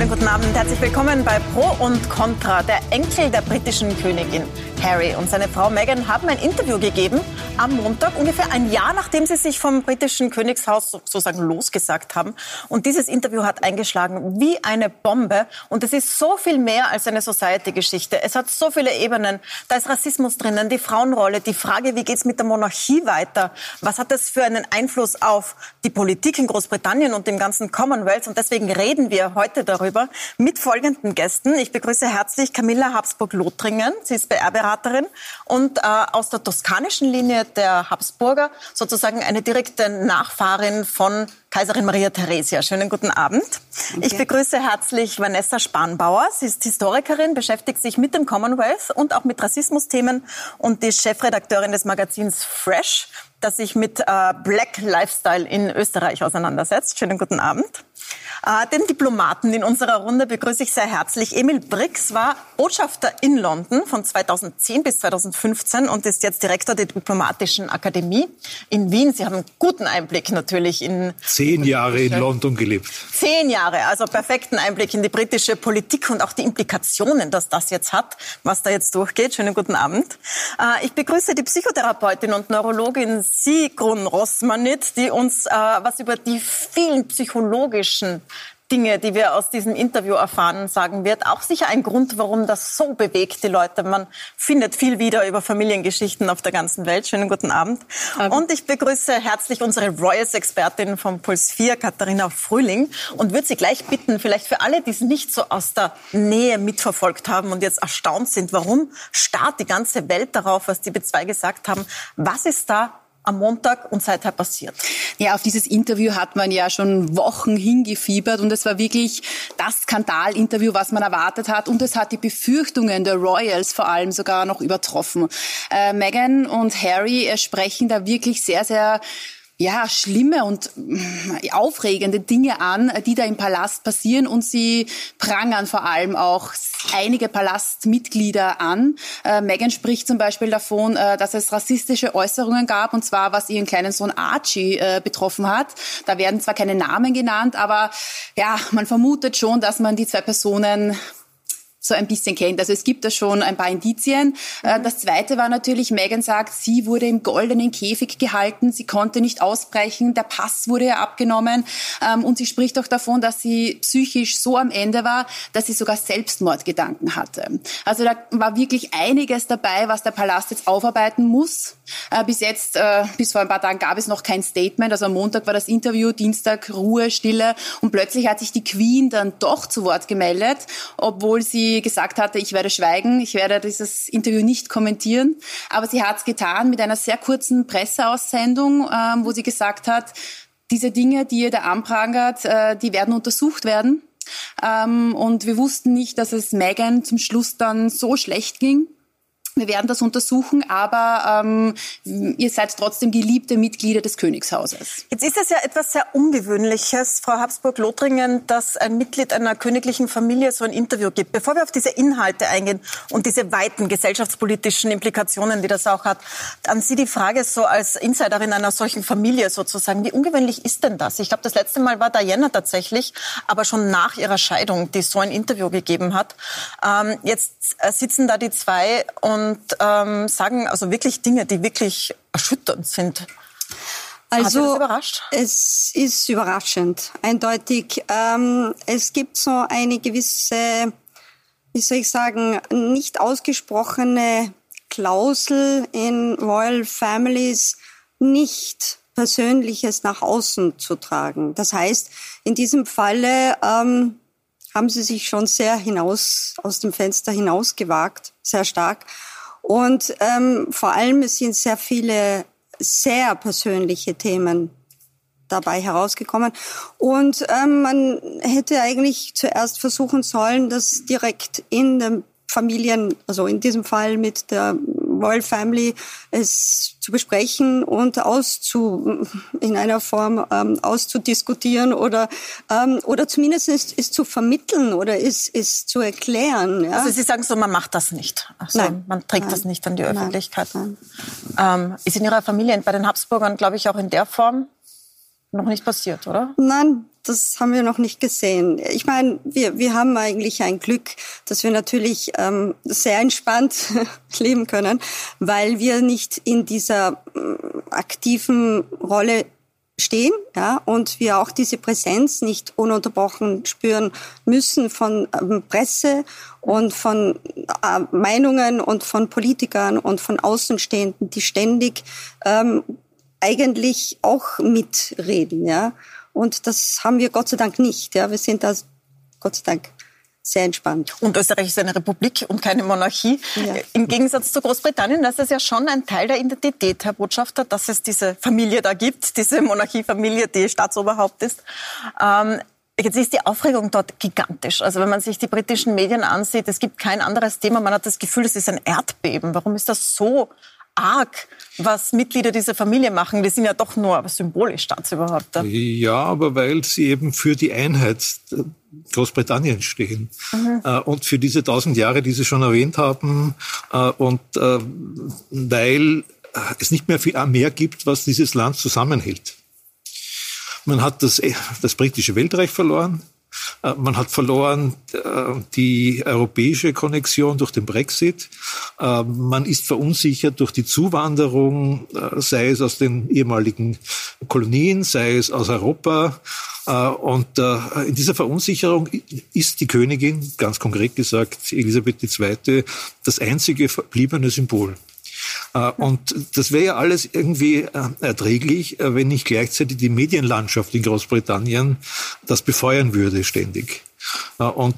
Schönen guten Abend. Herzlich willkommen bei Pro und Contra. Der Enkel der britischen Königin Harry und seine Frau Meghan haben ein Interview gegeben am Montag, ungefähr ein Jahr nachdem sie sich vom britischen Königshaus sozusagen losgesagt haben. Und dieses Interview hat eingeschlagen wie eine Bombe. Und es ist so viel mehr als eine Society-Geschichte. Es hat so viele Ebenen. Da ist Rassismus drinnen, die Frauenrolle, die Frage, wie geht's mit der Monarchie weiter? Was hat das für einen Einfluss auf die Politik in Großbritannien und dem ganzen Commonwealth? Und deswegen reden wir heute darüber mit folgenden Gästen. Ich begrüße herzlich Camilla Habsburg-Lothringen. Sie ist PR-Beraterin und aus der toskanischen Linie der Habsburger, sozusagen eine direkte Nachfahrin von Kaiserin Maria Theresia. Schönen guten Abend. Okay. Ich begrüße herzlich Vanessa Spanbauer. Sie ist Historikerin, beschäftigt sich mit dem Commonwealth und auch mit Rassismusthemen und die Chefredakteurin des Magazins Fresh, das sich mit Black Lifestyle in Österreich auseinandersetzt. Schönen guten Abend. Den Diplomaten in unserer Runde begrüße ich sehr herzlich. Emil Brix war Botschafter in London von 2010 bis 2015 und ist jetzt Direktor der Diplomatischen Akademie in Wien. Sie haben einen guten Einblick natürlich in... 10 Jahre in London gelebt. 10 Jahre, also perfekten Einblick in die britische Politik und auch die Implikationen, dass das jetzt hat, was da jetzt durchgeht. Schönen guten Abend. Ich begrüße die Psychotherapeutin und Neurologin Sigrun Rosmanit, die uns was über die vielen psychologischen Dinge, die wir aus diesem Interview erfahren, sagen wird. Auch sicher ein Grund, warum das so bewegt die Leute. Man findet viel wieder über Familiengeschichten auf der ganzen Welt. Schönen guten Abend. Und ich begrüße herzlich unsere Royals-Expertin vom Puls 4, Katharina Frühling, und würde Sie gleich bitten, vielleicht für alle, die es nicht so aus der Nähe mitverfolgt haben und jetzt erstaunt sind, warum starrt die ganze Welt darauf, was die B2 gesagt haben, was ist da am Montag und seither passiert? Ja, auf dieses Interview hat man ja schon Wochen hingefiebert und es war wirklich das Skandalinterview, was man erwartet hat, und es hat die Befürchtungen der Royals vor allem sogar noch übertroffen. Meghan und Harry sprechen da wirklich sehr, sehr schlimme und aufregende Dinge an, die da im Palast passieren, und sie prangern vor allem auch einige Palastmitglieder an. Meghan spricht zum Beispiel davon, dass es rassistische Äußerungen gab, und zwar was ihren kleinen Sohn Archie betroffen hat. Da werden zwar keine Namen genannt, aber ja, man vermutet schon, dass man die zwei Personen so ein bisschen kennt. Also es gibt da schon ein paar Indizien. Das Zweite war natürlich, Meghan sagt, sie wurde im goldenen Käfig gehalten, sie konnte nicht ausbrechen, der Pass wurde ihr abgenommen, und sie spricht auch davon, dass sie psychisch so am Ende war, dass sie sogar Selbstmordgedanken hatte. Also da war wirklich einiges dabei, was der Palast jetzt aufarbeiten muss. Bis vor ein paar Tagen gab es noch kein Statement. Also am Montag war das Interview, Dienstag Ruhe, Stille, und plötzlich hat sich die Queen dann doch zu Wort gemeldet, obwohl sie gesagt hatte, ich werde schweigen, ich werde dieses Interview nicht kommentieren. Aber sie hat es getan mit einer sehr kurzen Presseaussendung, wo sie gesagt hat, diese Dinge, die ihr da anprangert, die werden untersucht werden. Und wir wussten nicht, dass es Meghan zum Schluss dann so schlecht ging. Wir werden das untersuchen, aber ihr seid trotzdem geliebte Mitglieder des Königshauses. Jetzt ist es ja etwas sehr Ungewöhnliches, Frau Habsburg-Lothringen, dass ein Mitglied einer königlichen Familie so ein Interview gibt. Bevor wir auf diese Inhalte eingehen und diese weiten gesellschaftspolitischen Implikationen, die das auch hat, an Sie die Frage so als Insiderin einer solchen Familie sozusagen, wie ungewöhnlich ist denn das? Ich glaube, das letzte Mal war Diana tatsächlich, aber schon nach ihrer Scheidung, die so ein Interview gegeben hat. Jetzt sitzen da die zwei und sagen also wirklich Dinge, die wirklich erschütternd sind. Also, hat Sie das überrascht? Es ist überraschend, eindeutig. Es gibt so eine gewisse, wie soll ich sagen, nicht ausgesprochene Klausel in Royal Families, nicht Persönliches nach außen zu tragen. Das heißt, in diesem Falle haben sie sich schon sehr aus dem Fenster hinausgewagt, sehr stark. Und vor allem es sind sehr viele sehr persönliche Themen dabei herausgekommen. Und man hätte eigentlich zuerst versuchen sollen, das direkt in den Familien, also in diesem Fall mit der Royal Family, es zu besprechen und in einer Form auszudiskutieren oder zumindest es zu vermitteln oder es zu erklären. Ja? Also Sie sagen so, man macht das nicht. Also Nein. Man trägt das nicht an die Öffentlichkeit. Nein. Ist in Ihrer Familie, bei den Habsburgern, glaube ich, auch in der Form noch nicht passiert, oder? Nein, das haben wir noch nicht gesehen. Ich meine, wir haben eigentlich ein Glück, dass wir natürlich sehr entspannt leben können, weil wir nicht in dieser aktiven Rolle stehen, ja, und wir auch diese Präsenz nicht ununterbrochen spüren müssen von Presse und von Meinungen und von Politikern und von Außenstehenden, die ständig eigentlich auch mitreden, ja. Und das haben wir Gott sei Dank nicht, ja. Wir sind da Gott sei Dank sehr entspannt. Und Österreich ist eine Republik und keine Monarchie. Ja. Im Gegensatz zu Großbritannien, das ist ja schon ein Teil der Identität, Herr Botschafter, dass es diese Familie da gibt, diese Monarchiefamilie, die Staatsoberhaupt ist. Jetzt ist die Aufregung dort gigantisch. Also wenn man sich die britischen Medien ansieht, es gibt kein anderes Thema. Man hat das Gefühl, es ist ein Erdbeben. Warum ist das so arg, was Mitglieder dieser Familie machen? Die sind ja doch nur symbolisch Staatsoberhäupter. Ja, aber weil sie eben für die Einheit Großbritanniens stehen. Und für diese 1000 Jahre, die Sie schon erwähnt haben, und weil es nicht mehr viel mehr gibt, was dieses Land zusammenhält. Man hat das britische Weltreich verloren. Man hat verloren die europäische Konnexion durch den Brexit. Man ist verunsichert durch die Zuwanderung, sei es aus den ehemaligen Kolonien, sei es aus Europa. Und in dieser Verunsicherung ist die Königin, ganz konkret gesagt Elisabeth II., das einzige verbliebene Symbol. Und das wäre ja alles irgendwie erträglich, wenn nicht gleichzeitig die Medienlandschaft in Großbritannien das befeuern würde ständig. Und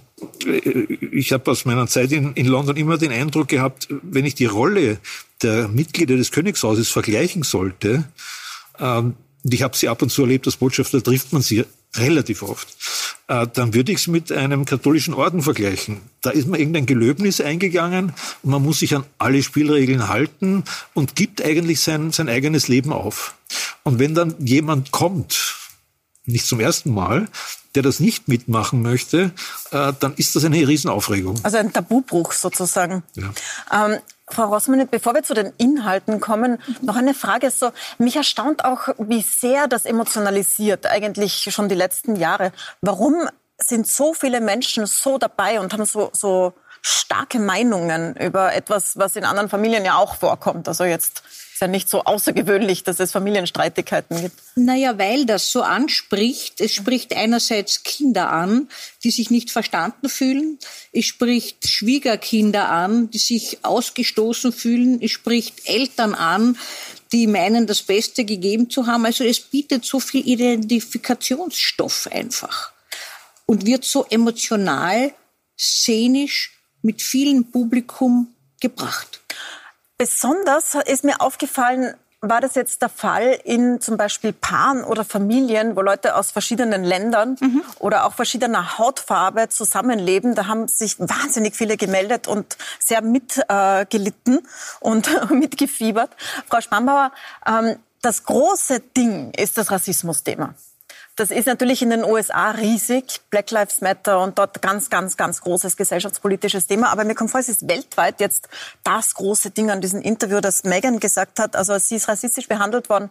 ich habe aus meiner Zeit in London immer den Eindruck gehabt, wenn ich die Rolle der Mitglieder des Königshauses vergleichen sollte, und ich habe sie ab und zu erlebt, als Botschafter trifft man sie relativ oft, dann würde ich es mit einem katholischen Orden vergleichen. Da ist man irgendein Gelöbnis eingegangen und man muss sich an alle Spielregeln halten und gibt eigentlich sein eigenes Leben auf. Und wenn dann jemand kommt, nicht zum ersten Mal, der das nicht mitmachen möchte, dann ist das eine Riesenaufregung. Also ein Tabubruch sozusagen. Ja. Frau Rossmann, bevor wir zu den Inhalten kommen, noch eine Frage. Mich erstaunt auch, wie sehr das emotionalisiert, eigentlich schon die letzten Jahre. Warum sind so viele Menschen so dabei und haben so starke Meinungen über etwas, was in anderen Familien ja auch vorkommt? Also jetzt ist ja nicht so außergewöhnlich, dass es Familienstreitigkeiten gibt. Naja, weil das so anspricht. Es spricht einerseits Kinder an, die sich nicht verstanden fühlen. Es spricht Schwiegerkinder an, die sich ausgestoßen fühlen. Es spricht Eltern an, die meinen, das Beste gegeben zu haben. Also es bietet so viel Identifikationsstoff einfach und wird so emotional, szenisch mit vielen Publikum gebracht. Besonders ist mir aufgefallen, war das jetzt der Fall in zum Beispiel Paaren oder Familien, wo Leute aus verschiedenen Ländern oder auch verschiedener Hautfarbe zusammenleben. Da haben sich wahnsinnig viele gemeldet und sehr mitgelitten und mitgefiebert. Frau Spannbauer, das große Ding ist das Rassismus-Thema. Das ist natürlich in den USA riesig, Black Lives Matter und dort ganz, ganz, ganz großes gesellschaftspolitisches Thema. Aber mir kommt vor, es ist weltweit jetzt das große Ding an diesem Interview, das Meghan gesagt hat. Also sie ist rassistisch behandelt worden,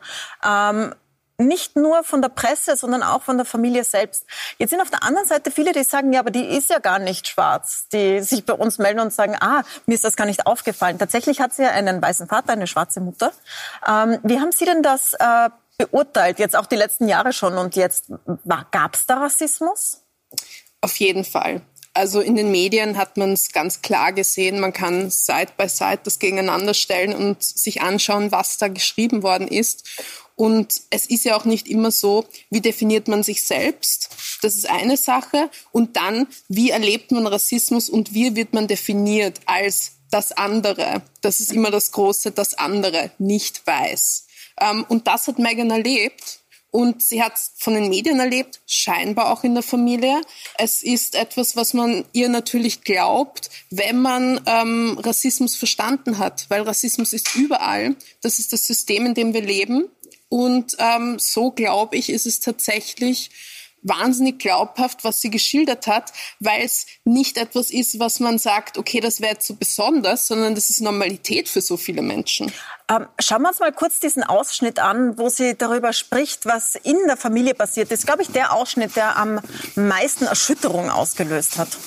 nicht nur von der Presse, sondern auch von der Familie selbst. Jetzt sind auf der anderen Seite viele, die sagen, ja, aber die ist ja gar nicht schwarz, die sich bei uns melden und sagen, mir ist das gar nicht aufgefallen. Tatsächlich hat sie ja einen weißen Vater, eine schwarze Mutter. Wie haben Sie denn das beurteilt, jetzt auch die letzten Jahre schon und jetzt, gab es da Rassismus? Auf jeden Fall. Also in den Medien hat man es ganz klar gesehen, man kann Side by Side das gegeneinander stellen und sich anschauen, was da geschrieben worden ist. Und es ist ja auch nicht immer so, wie definiert man sich selbst, das ist eine Sache. Und dann, wie erlebt man Rassismus und wie wird man definiert als das andere. Das ist immer das Große, das andere, nicht weiß. Und das hat Meghan erlebt und sie hat es von den Medien erlebt, scheinbar auch in der Familie. Es ist etwas, was man ihr natürlich glaubt, wenn man Rassismus verstanden hat, weil Rassismus ist überall. Das ist das System, in dem wir leben und so, glaube ich, ist es tatsächlich wahnsinnig glaubhaft, was sie geschildert hat, weil es nicht etwas ist, was man sagt, okay, das wäre jetzt so besonders, sondern das ist Normalität für so viele Menschen. Schauen wir uns mal kurz diesen Ausschnitt an, wo sie darüber spricht, was in der Familie passiert ist. Glaube ich, der Ausschnitt, der am meisten Erschütterung ausgelöst hat.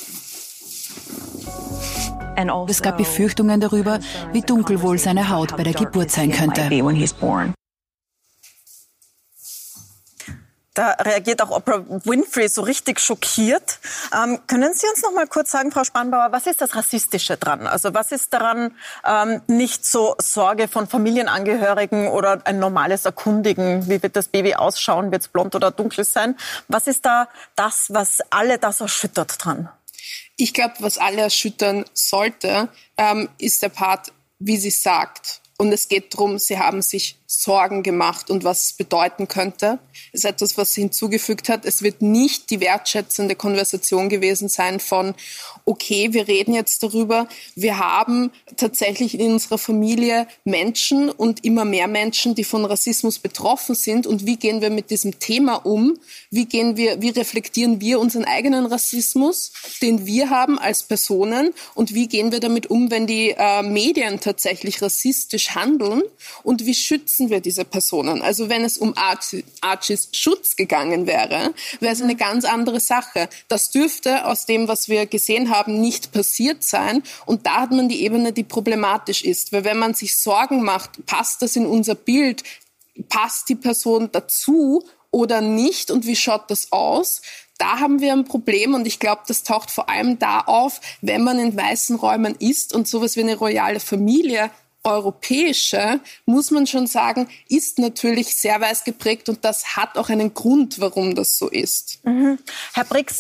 Es gab Befürchtungen darüber, wie dunkel wohl seine Haut bei der Geburt sein könnte. Da reagiert auch Oprah Winfrey so richtig schockiert. Können Sie uns noch mal kurz sagen, Frau Spanbauer, was ist das Rassistische dran? Also was ist daran nicht so Sorge von Familienangehörigen oder ein normales Erkundigen? Wie wird das Baby ausschauen? Wird es blond oder dunkel sein? Was ist da das, was alle das erschüttert dran? Ich glaube, was alle erschüttern sollte, ist der Part, wie sie sagt. Und es geht darum, sie haben sich Sorgen gemacht und was es bedeuten könnte. Das ist etwas, was sie hinzugefügt hat. Es wird nicht die wertschätzende Konversation gewesen sein von, okay, wir reden jetzt darüber, wir haben tatsächlich in unserer Familie Menschen und immer mehr Menschen, die von Rassismus betroffen sind. Und wie gehen wir mit diesem Thema um? Wie reflektieren wir unseren eigenen Rassismus, den wir haben als Personen? Und wie gehen wir damit um, wenn die Medien tatsächlich rassistisch handeln? Und wie schützen wir diese Personen? Also wenn es um Archies Schutz gegangen wäre, wäre es eine ganz andere Sache. Das dürfte aus dem, was wir gesehen haben, nicht passiert sein. Und da hat man die Ebene, die problematisch ist. Weil wenn man sich Sorgen macht, passt das in unser Bild, passt die Person dazu oder nicht und wie schaut das aus? Da haben wir ein Problem und ich glaube, das taucht vor allem da auf, wenn man in weißen Räumen ist und sowas wie eine royale Familie, europäische, muss man schon sagen, ist natürlich sehr weiß geprägt und das hat auch einen Grund, warum das so ist. Mhm. Herr Brix,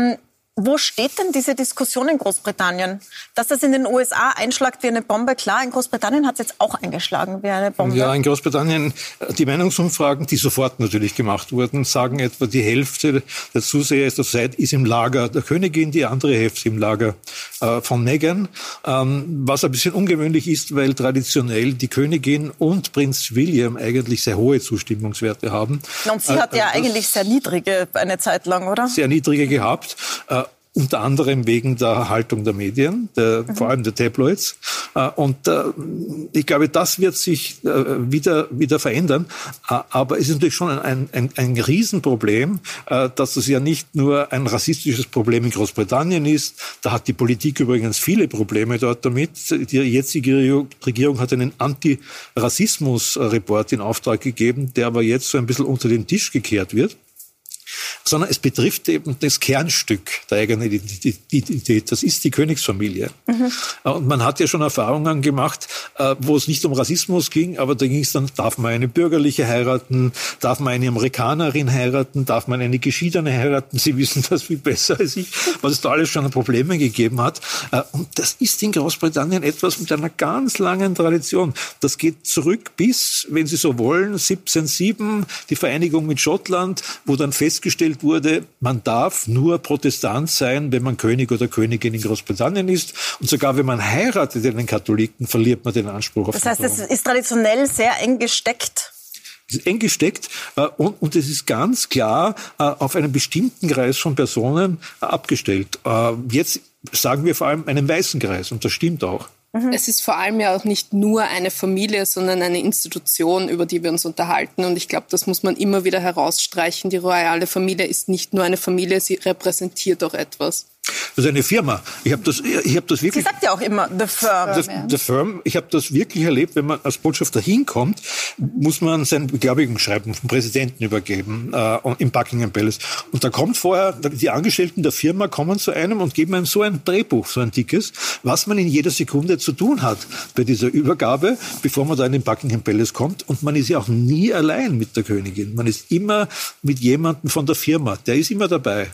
wo steht denn diese Diskussion in Großbritannien? Dass das in den USA einschlägt wie eine Bombe, klar, in Großbritannien hat es jetzt auch eingeschlagen wie eine Bombe. Ja, in Großbritannien, die Meinungsumfragen, die sofort natürlich gemacht wurden, sagen etwa die Hälfte der Zuseher ist im Lager der Königin, die andere Hälfte im Lager von Meghan. Was ein bisschen ungewöhnlich ist, weil traditionell die Königin und Prinz William eigentlich sehr hohe Zustimmungswerte haben. Und sie hat ja eigentlich sehr niedrige eine Zeit lang, oder? Sehr niedrige gehabt. Unter anderem wegen der Haltung der Medien, vor allem der Tabloids. Und ich glaube, das wird sich wieder verändern. Aber es ist natürlich schon ein Riesenproblem, dass das ja nicht nur ein rassistisches Problem in Großbritannien ist. Da hat die Politik übrigens viele Probleme dort damit. Die jetzige Regierung hat einen Antirassismus-Report in Auftrag gegeben, der aber jetzt so ein bisschen unter den Tisch gekehrt wird. Sondern es betrifft eben das Kernstück der eigenen Identität. Das ist die Königsfamilie. Mhm. Und man hat ja schon Erfahrungen gemacht, wo es nicht um Rassismus ging, aber da ging es dann, darf man eine Bürgerliche heiraten, darf man eine Amerikanerin heiraten, darf man eine Geschiedene heiraten. Sie wissen das viel besser als ich, was es da alles schon an Probleme gegeben hat. Und das ist in Großbritannien etwas mit einer ganz langen Tradition. Das geht zurück bis, wenn Sie so wollen, 1707, die Vereinigung mit Schottland, wo dann festgestellt wurde, man darf nur Protestant sein, wenn man König oder Königin in Großbritannien ist. Und sogar wenn man heiratet einen Katholiken, verliert man den Anspruch auf den Thron. Das heißt, es ist traditionell sehr eng gesteckt. Es ist eng gesteckt und es ist ganz klar auf einen bestimmten Kreis von Personen abgestellt. Jetzt sagen wir vor allem einen weißen Kreis und das stimmt auch. Es ist vor allem ja auch nicht nur eine Familie, sondern eine Institution, über die wir uns unterhalten. Und ich glaube, das muss man immer wieder herausstreichen. Die royale Familie ist nicht nur eine Familie, sie repräsentiert auch etwas. Das ist eine Firma. Ich habe das wirklich. Sie sagt ja auch immer The Firm. The Firm. Ich habe das wirklich erlebt, wenn man als Botschafter hinkommt, muss man sein Beglaubigungsschreiben vom Präsidenten übergeben im Buckingham Palace. Und da kommt vorher, die Angestellten der Firma kommen zu einem und geben einem so ein Drehbuch, so ein dickes, was man in jeder Sekunde zu tun hat bei dieser Übergabe, bevor man da in den Buckingham Palace kommt. Und man ist ja auch nie allein mit der Königin. Man ist immer mit jemandem von der Firma. Der ist immer dabei.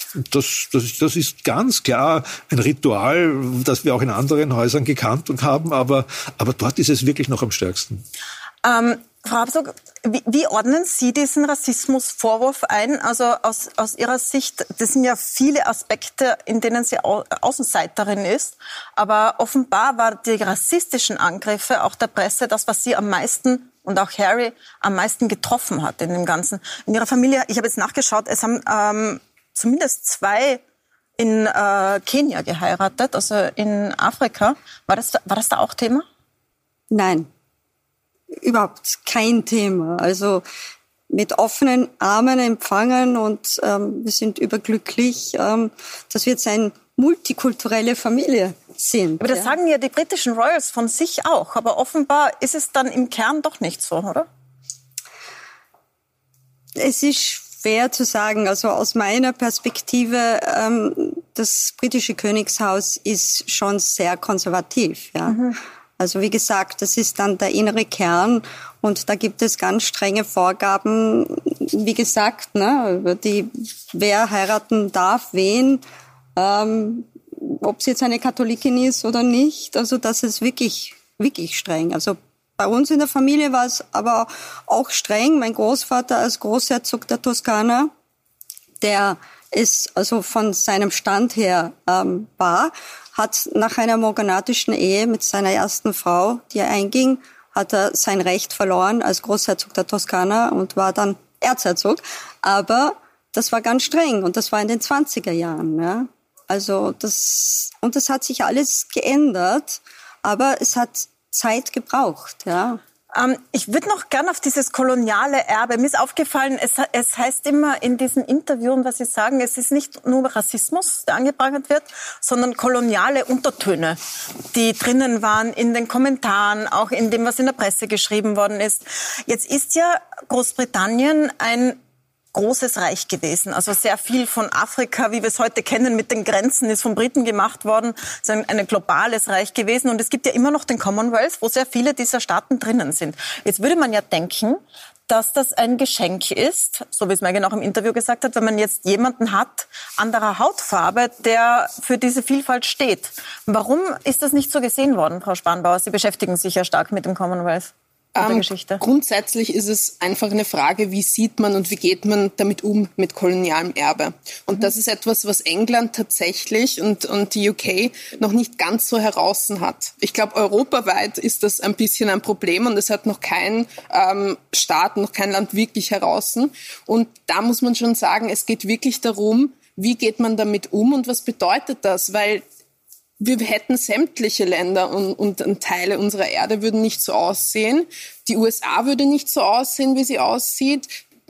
Das ist ganz klar ein Ritual, das wir auch in anderen Häusern gekannt und haben, aber dort ist es wirklich noch am stärksten. Frau Habsburg, wie ordnen Sie diesen Rassismusvorwurf ein? Also aus Ihrer Sicht, das sind ja viele Aspekte, in denen sie Außenseiterin ist, aber offenbar waren die rassistischen Angriffe auch der Presse das, was Sie am meisten und auch Harry am meisten getroffen hat in dem Ganzen. In ihrer Familie, ich habe jetzt nachgeschaut, es haben zumindest 2 in Kenia geheiratet, also in Afrika. War das da auch Thema? Nein, überhaupt kein Thema. Also mit offenen Armen empfangen und wir sind überglücklich, dass wir jetzt eine multikulturelle Familie sind. Aber das sagen ja die britischen Royals von sich auch. Aber offenbar ist es dann im Kern doch nicht so, oder? Es ist schwer zu sagen. Also aus meiner Perspektive, das britische Königshaus ist schon sehr konservativ. Ja. Mhm. Also wie gesagt, das ist dann der innere Kern und da gibt es ganz strenge Vorgaben, wie gesagt, ne, über die, wer heiraten darf, wen, ob sie jetzt eine Katholikin ist oder nicht. Also das ist wirklich, wirklich streng. Also bei uns in der Familie war es aber auch streng. Mein Großvater als Großherzog der Toskana, der ist also von seinem Stand her war, hat nach einer morganatischen Ehe mit seiner ersten Frau, die er einging, hat er sein Recht verloren als Großherzog der Toskana und war dann Erzherzog. Aber das war ganz streng und das war in den 20er Jahren. Ja. Also das hat sich alles geändert, aber es hat Zeit gebraucht, ja. Ich würde noch gern auf dieses koloniale Erbe. Mir ist aufgefallen, es heißt immer in diesen Interviews, was Sie sagen, es ist nicht nur Rassismus, der angeprangert wird, sondern koloniale Untertöne, die drinnen waren in den Kommentaren, auch in dem, was in der Presse geschrieben worden ist. Jetzt ist ja Großbritannien ein großes Reich gewesen. Also sehr viel von Afrika, wie wir es heute kennen, mit den Grenzen, ist von Briten gemacht worden. Es ist ein globales Reich gewesen. Und es gibt ja immer noch den Commonwealth, wo sehr viele dieser Staaten drinnen sind. Jetzt würde man ja denken, dass das ein Geschenk ist, so wie es Meghan auch im Interview gesagt hat, wenn man jetzt jemanden hat, anderer Hautfarbe, der für diese Vielfalt steht. Warum ist das nicht so gesehen worden, Frau Spanbauer? Sie beschäftigen sich ja stark mit dem Commonwealth. Grundsätzlich ist es einfach eine Frage, wie sieht man und wie geht man damit um mit kolonialem Erbe. Und das ist etwas, was England tatsächlich und die UK noch nicht ganz so heraus hat. Ich glaube, europaweit ist das ein bisschen ein Problem und es hat noch kein Staat, noch kein Land wirklich heraus. Und da muss man schon sagen, es geht wirklich darum, wie geht man damit um und was bedeutet das? Weil wir hätten sämtliche Länder und Teile unserer Erde würden nicht so aussehen. Die USA würde nicht so aussehen, wie sie aussieht.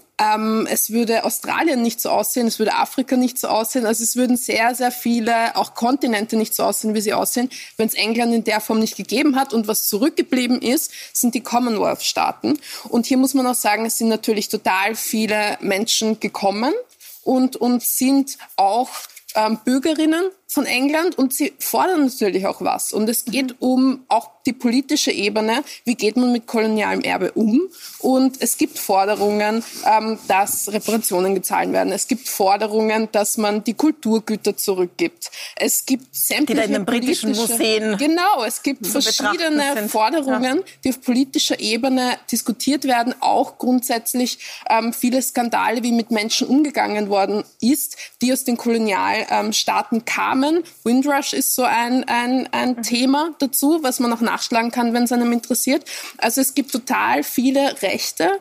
Es würde Australien nicht so aussehen, es würde Afrika nicht so aussehen. Also es würden sehr, sehr viele, auch Kontinente nicht so aussehen, wie sie aussehen, wenn es England in der Form nicht gegeben hat. Und was zurückgeblieben ist, sind die Commonwealth-Staaten. Und hier muss man auch sagen, es sind natürlich total viele Menschen gekommen und sind auch Bürgerinnen von England und sie fordern natürlich auch was. Und es geht um auch die politische Ebene. Wie geht man mit kolonialem Erbe um? Und es gibt Forderungen, dass Reparationen gezahlt werden. Es gibt Forderungen, dass man die Kulturgüter zurückgibt. Es gibt sämtliche die da in den britischen Museen. Genau, es gibt verschiedene Forderungen, die auf politischer Ebene diskutiert werden. Auch grundsätzlich viele Skandale, wie mit Menschen umgegangen worden ist, die aus den Kolonialstaaten kamen. Windrush ist so ein Thema dazu, was man auch nachschlagen kann, wenn es einem interessiert. Also es gibt total viele Rechte,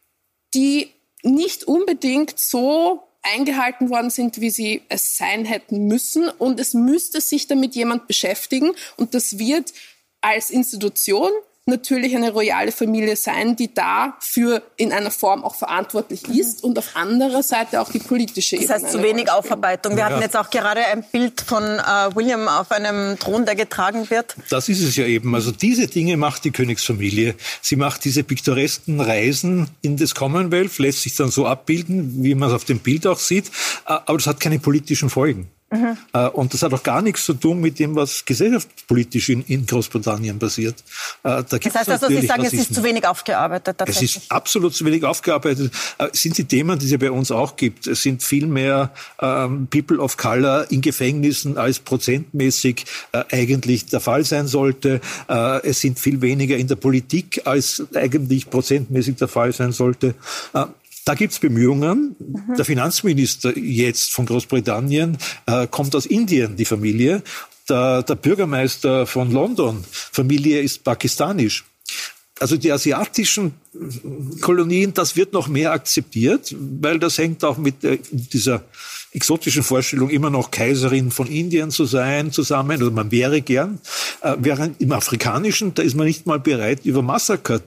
die nicht unbedingt so eingehalten worden sind, wie sie es sein hätten müssen. Und es müsste sich damit jemand beschäftigen. Und das wird als Institution natürlich eine royale Familie sein, die dafür in einer Form auch verantwortlich ist und auf anderer Seite auch die politische Ebene. Das heißt, zu wenig Aufarbeitung. Wir hatten jetzt auch gerade ein Bild von William auf einem Thron, der getragen wird. Das ist es ja eben. Also diese Dinge macht die Königsfamilie. Sie macht diese piktoresken Reisen in das Commonwealth, lässt sich dann so abbilden, wie man es auf dem Bild auch sieht. Aber das hat keine politischen Folgen. Mhm. Und das hat auch gar nichts zu tun mit dem, was gesellschaftspolitisch in Großbritannien passiert. Da das heißt also, Sie sagen, es ist zu wenig aufgearbeitet. Es ist absolut zu wenig aufgearbeitet. Es sind die Themen, die es ja bei uns auch gibt. Es sind viel mehr People of Color in Gefängnissen, als prozentmäßig eigentlich der Fall sein sollte. Es sind viel weniger in der Politik, als eigentlich prozentmäßig der Fall sein sollte. Da gibt's Bemühungen. Mhm. Der Finanzminister jetzt von Großbritannien kommt aus Indien, die Familie. Der Bürgermeister von London, Familie ist pakistanisch. Also die asiatischen Kolonien, das wird noch mehr akzeptiert, weil das hängt auch mit dieser exotischen Vorstellung, immer noch Kaiserin von Indien zu sein, zusammen, oder man wäre gern. Während im Afrikanischen, da ist man nicht mal bereit, über Massaker,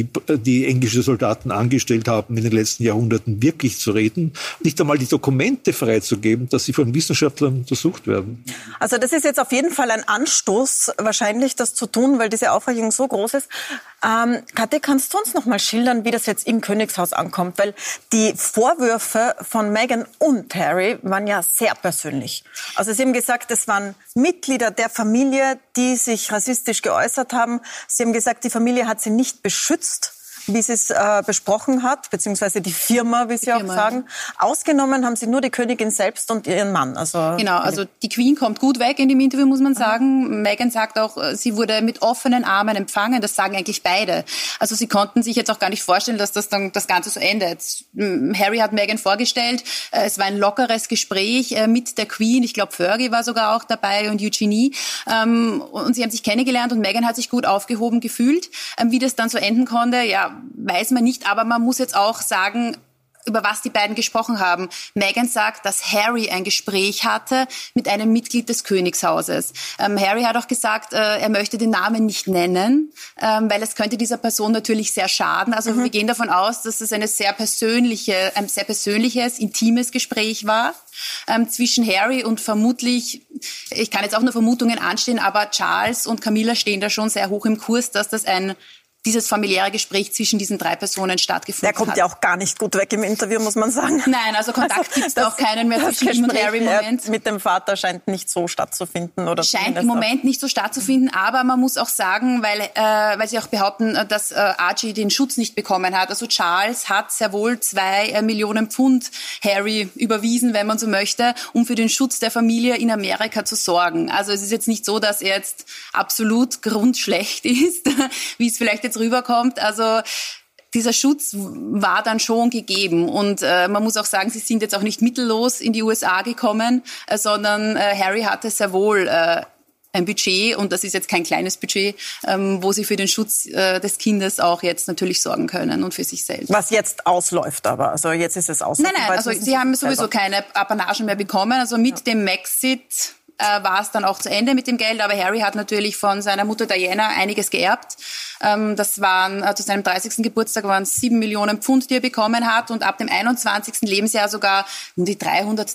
die englische Soldaten angestellt haben, in den letzten Jahrhunderten wirklich zu reden, nicht einmal die Dokumente freizugeben, dass sie von Wissenschaftlern untersucht werden. Also das ist jetzt auf jeden Fall ein Anstoß, wahrscheinlich das zu tun, weil diese Aufregung so groß ist. Kathi, kannst du uns noch mal schildern, wie das jetzt im Königshaus ankommt? Weil die Vorwürfe von Meghan und Harry waren ja sehr persönlich. Also sie haben gesagt, es waren Mitglieder der Familie, die sich rassistisch geäußert haben. Sie haben gesagt, die Familie hat sie nicht beschützt, wie sie es besprochen hat, beziehungsweise die Firma, wie sie auch sagen. Ausgenommen haben sie nur die Königin selbst und ihren Mann. Also genau, also die Queen kommt gut weg in dem Interview, muss man sagen. Meghan sagt auch, sie wurde mit offenen Armen empfangen. Das sagen eigentlich beide. Also sie konnten sich jetzt auch gar nicht vorstellen, dass das dann das Ganze so endet. Harry hat Meghan vorgestellt. Es war ein lockeres Gespräch mit der Queen. Ich glaube, Fergie war sogar auch dabei und Eugenie. Und sie haben sich kennengelernt und Meghan hat sich gut aufgehoben gefühlt. Wie das dann so enden konnte, ja, weiß man nicht, aber man muss jetzt auch sagen, über was die beiden gesprochen haben. Meghan sagt, dass Harry ein Gespräch hatte mit einem Mitglied des Königshauses. Harry hat auch gesagt, er möchte den Namen nicht nennen, weil es könnte dieser Person natürlich sehr schaden. Also wir gehen davon aus, dass es ein sehr persönliches, intimes Gespräch war zwischen Harry und vermutlich, ich kann jetzt auch nur Vermutungen anstellen, aber Charles und Camilla stehen da schon sehr hoch im Kurs, dass das dieses familiäre Gespräch zwischen diesen drei Personen stattgefunden hat. Der kommt ja auch gar nicht gut weg im Interview, muss man sagen. Nein, also Kontakt gibt es auch keinen mehr zwischen ihm und Harry im Moment. Mit dem Vater scheint nicht so stattzufinden. Oder scheint im Moment nicht so stattzufinden, aber man muss auch sagen, weil sie auch behaupten, dass Archie den Schutz nicht bekommen hat. Also Charles hat sehr wohl 2 Millionen Pfund Harry überwiesen, wenn man so möchte, um für den Schutz der Familie in Amerika zu sorgen. Also es ist jetzt nicht so, dass er jetzt absolut grundschlecht ist, wie es vielleicht jetzt rüberkommt. Also dieser Schutz war dann schon gegeben und man muss auch sagen, sie sind jetzt auch nicht mittellos in die USA gekommen, sondern Harry hatte sehr wohl ein Budget und das ist jetzt kein kleines Budget, wo sie für den Schutz des Kindes auch jetzt natürlich sorgen können und für sich selbst. Was jetzt ausläuft aber, also jetzt ist es ausläuft. Nein, also sie haben sowieso keine Apanagen mehr bekommen, also mit dem Maxit war es dann auch zu Ende mit dem Geld, aber Harry hat natürlich von seiner Mutter Diana einiges geerbt. Das waren, zu seinem 30. Geburtstag waren es 7 Millionen Pfund, die er bekommen hat und ab dem 21. Lebensjahr sogar um die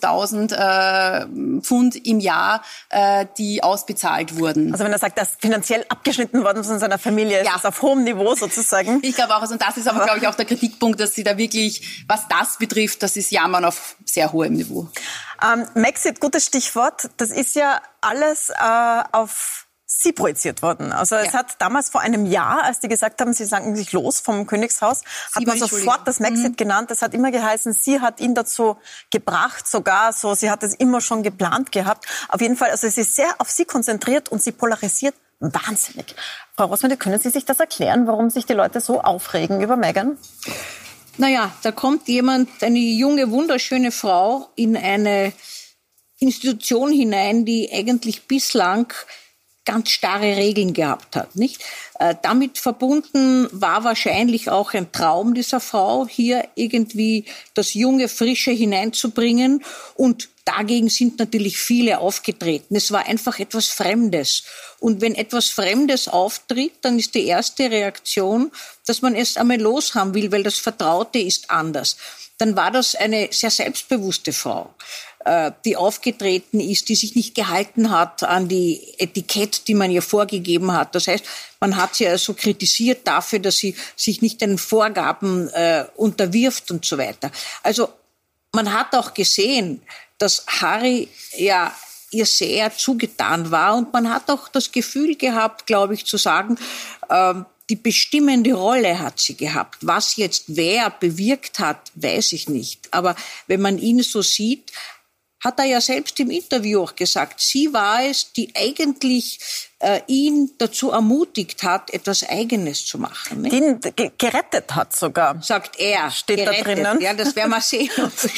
300.000 Pfund im Jahr, die ausbezahlt wurden. Also wenn er sagt, dass finanziell abgeschnitten worden von seiner Familie, ist das auf hohem Niveau sozusagen. Ich glaube auch, also das ist aber, glaube ich, auch der Kritikpunkt, dass sie da wirklich, was das betrifft, das ist Jammern auf sehr hohem Niveau. Maxit, gutes Stichwort. Das ist ja alles auf Sie projiziert worden. Also es hat damals vor einem Jahr, als die gesagt haben, sie sagen sich los vom Königshaus, hat man sofort das Maxit genannt. Das hat immer geheißen, sie hat ihn dazu gebracht, sogar so, sie hat es immer schon geplant gehabt. Auf jeden Fall, also es ist sehr auf Sie konzentriert und sie polarisiert wahnsinnig. Frau Rossmann, können Sie sich das erklären, warum sich die Leute so aufregen über Meghan? Naja, da kommt jemand, eine junge, wunderschöne Frau, in eine Institution hinein, die eigentlich bislang ganz starre Regeln gehabt hat, nicht? Damit verbunden war wahrscheinlich auch ein Traum dieser Frau, hier irgendwie das junge, Frische hineinzubringen. Und dagegen sind natürlich viele aufgetreten. Es war einfach etwas Fremdes. Und wenn etwas Fremdes auftritt, dann ist die erste Reaktion, dass man es einmal loshaben will, weil das Vertraute ist anders. Dann war das eine sehr selbstbewusste Frau, die aufgetreten ist, die sich nicht gehalten hat an die Etikett, die man ihr vorgegeben hat. Das heißt, man hat sie also kritisiert dafür, dass sie sich nicht den Vorgaben unterwirft und so weiter. Also man hat auch gesehen, dass Harry ja ihr sehr zugetan war und man hat auch das Gefühl gehabt, glaube ich, zu sagen, die bestimmende Rolle hat sie gehabt. Was jetzt wer bewirkt hat, weiß ich nicht. Aber wenn man ihn so sieht, hat er ja selbst im Interview auch gesagt, sie war es, die eigentlich ihn dazu ermutigt hat, etwas Eigenes zu machen. Nicht? Den gerettet hat sogar. Sagt er. Steht gerettet. Da drinnen. Ja, das werden wir sehen.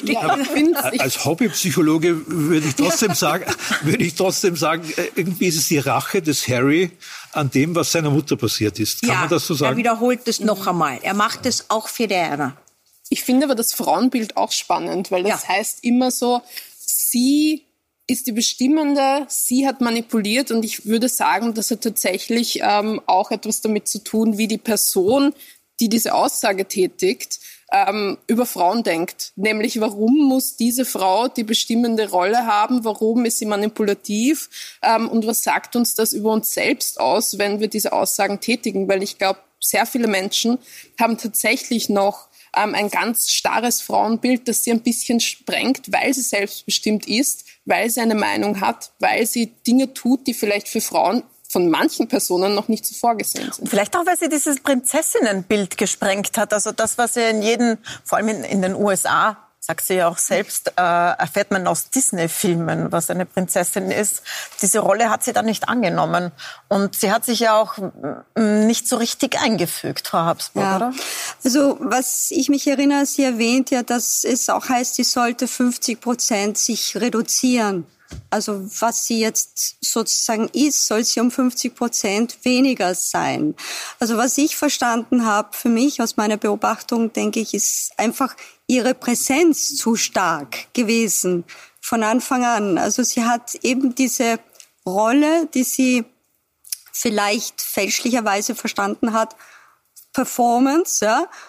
Als Hobbypsychologe würde ich trotzdem sagen, irgendwie ist es die Rache des Harry an dem, was seiner Mutter passiert ist. Kann man das so sagen? Er wiederholt es noch einmal. Er macht es auch für Diana. Ich finde aber das Frauenbild auch spannend, weil das heißt immer so, sie ist die Bestimmende, sie hat manipuliert, und ich würde sagen, das hat tatsächlich auch etwas damit zu tun, wie die Person, die diese Aussage tätigt, über Frauen denkt. Nämlich, warum muss diese Frau die bestimmende Rolle haben? Warum ist sie manipulativ? Und was sagt uns das über uns selbst aus, wenn wir diese Aussagen tätigen? Weil ich glaube, sehr viele Menschen haben tatsächlich noch ein ganz starres Frauenbild, das sie ein bisschen sprengt, weil sie selbstbestimmt ist, weil sie eine Meinung hat, weil sie Dinge tut, die vielleicht für Frauen von manchen Personen noch nicht so vorgesehen sind. Vielleicht auch, weil sie dieses Prinzessinnenbild gesprengt hat. Also das, was sie vor allem in den USA, sagt sie ja auch selbst, erfährt man aus Disney-Filmen, was eine Prinzessin ist. Diese Rolle hat sie dann nicht angenommen. Und sie hat sich ja auch nicht so richtig eingefügt, Frau Habsburg, oder? Also, was ich mich erinnere, sie erwähnt ja, dass es auch heißt, sie sollte 50% sich reduzieren. Also was sie jetzt sozusagen ist, soll sie um 50% weniger sein. Also was ich verstanden habe, für mich aus meiner Beobachtung, denke ich, ist einfach ihre Präsenz zu stark gewesen von Anfang an. Also sie hat eben diese Rolle, die sie vielleicht fälschlicherweise verstanden hat, Performance,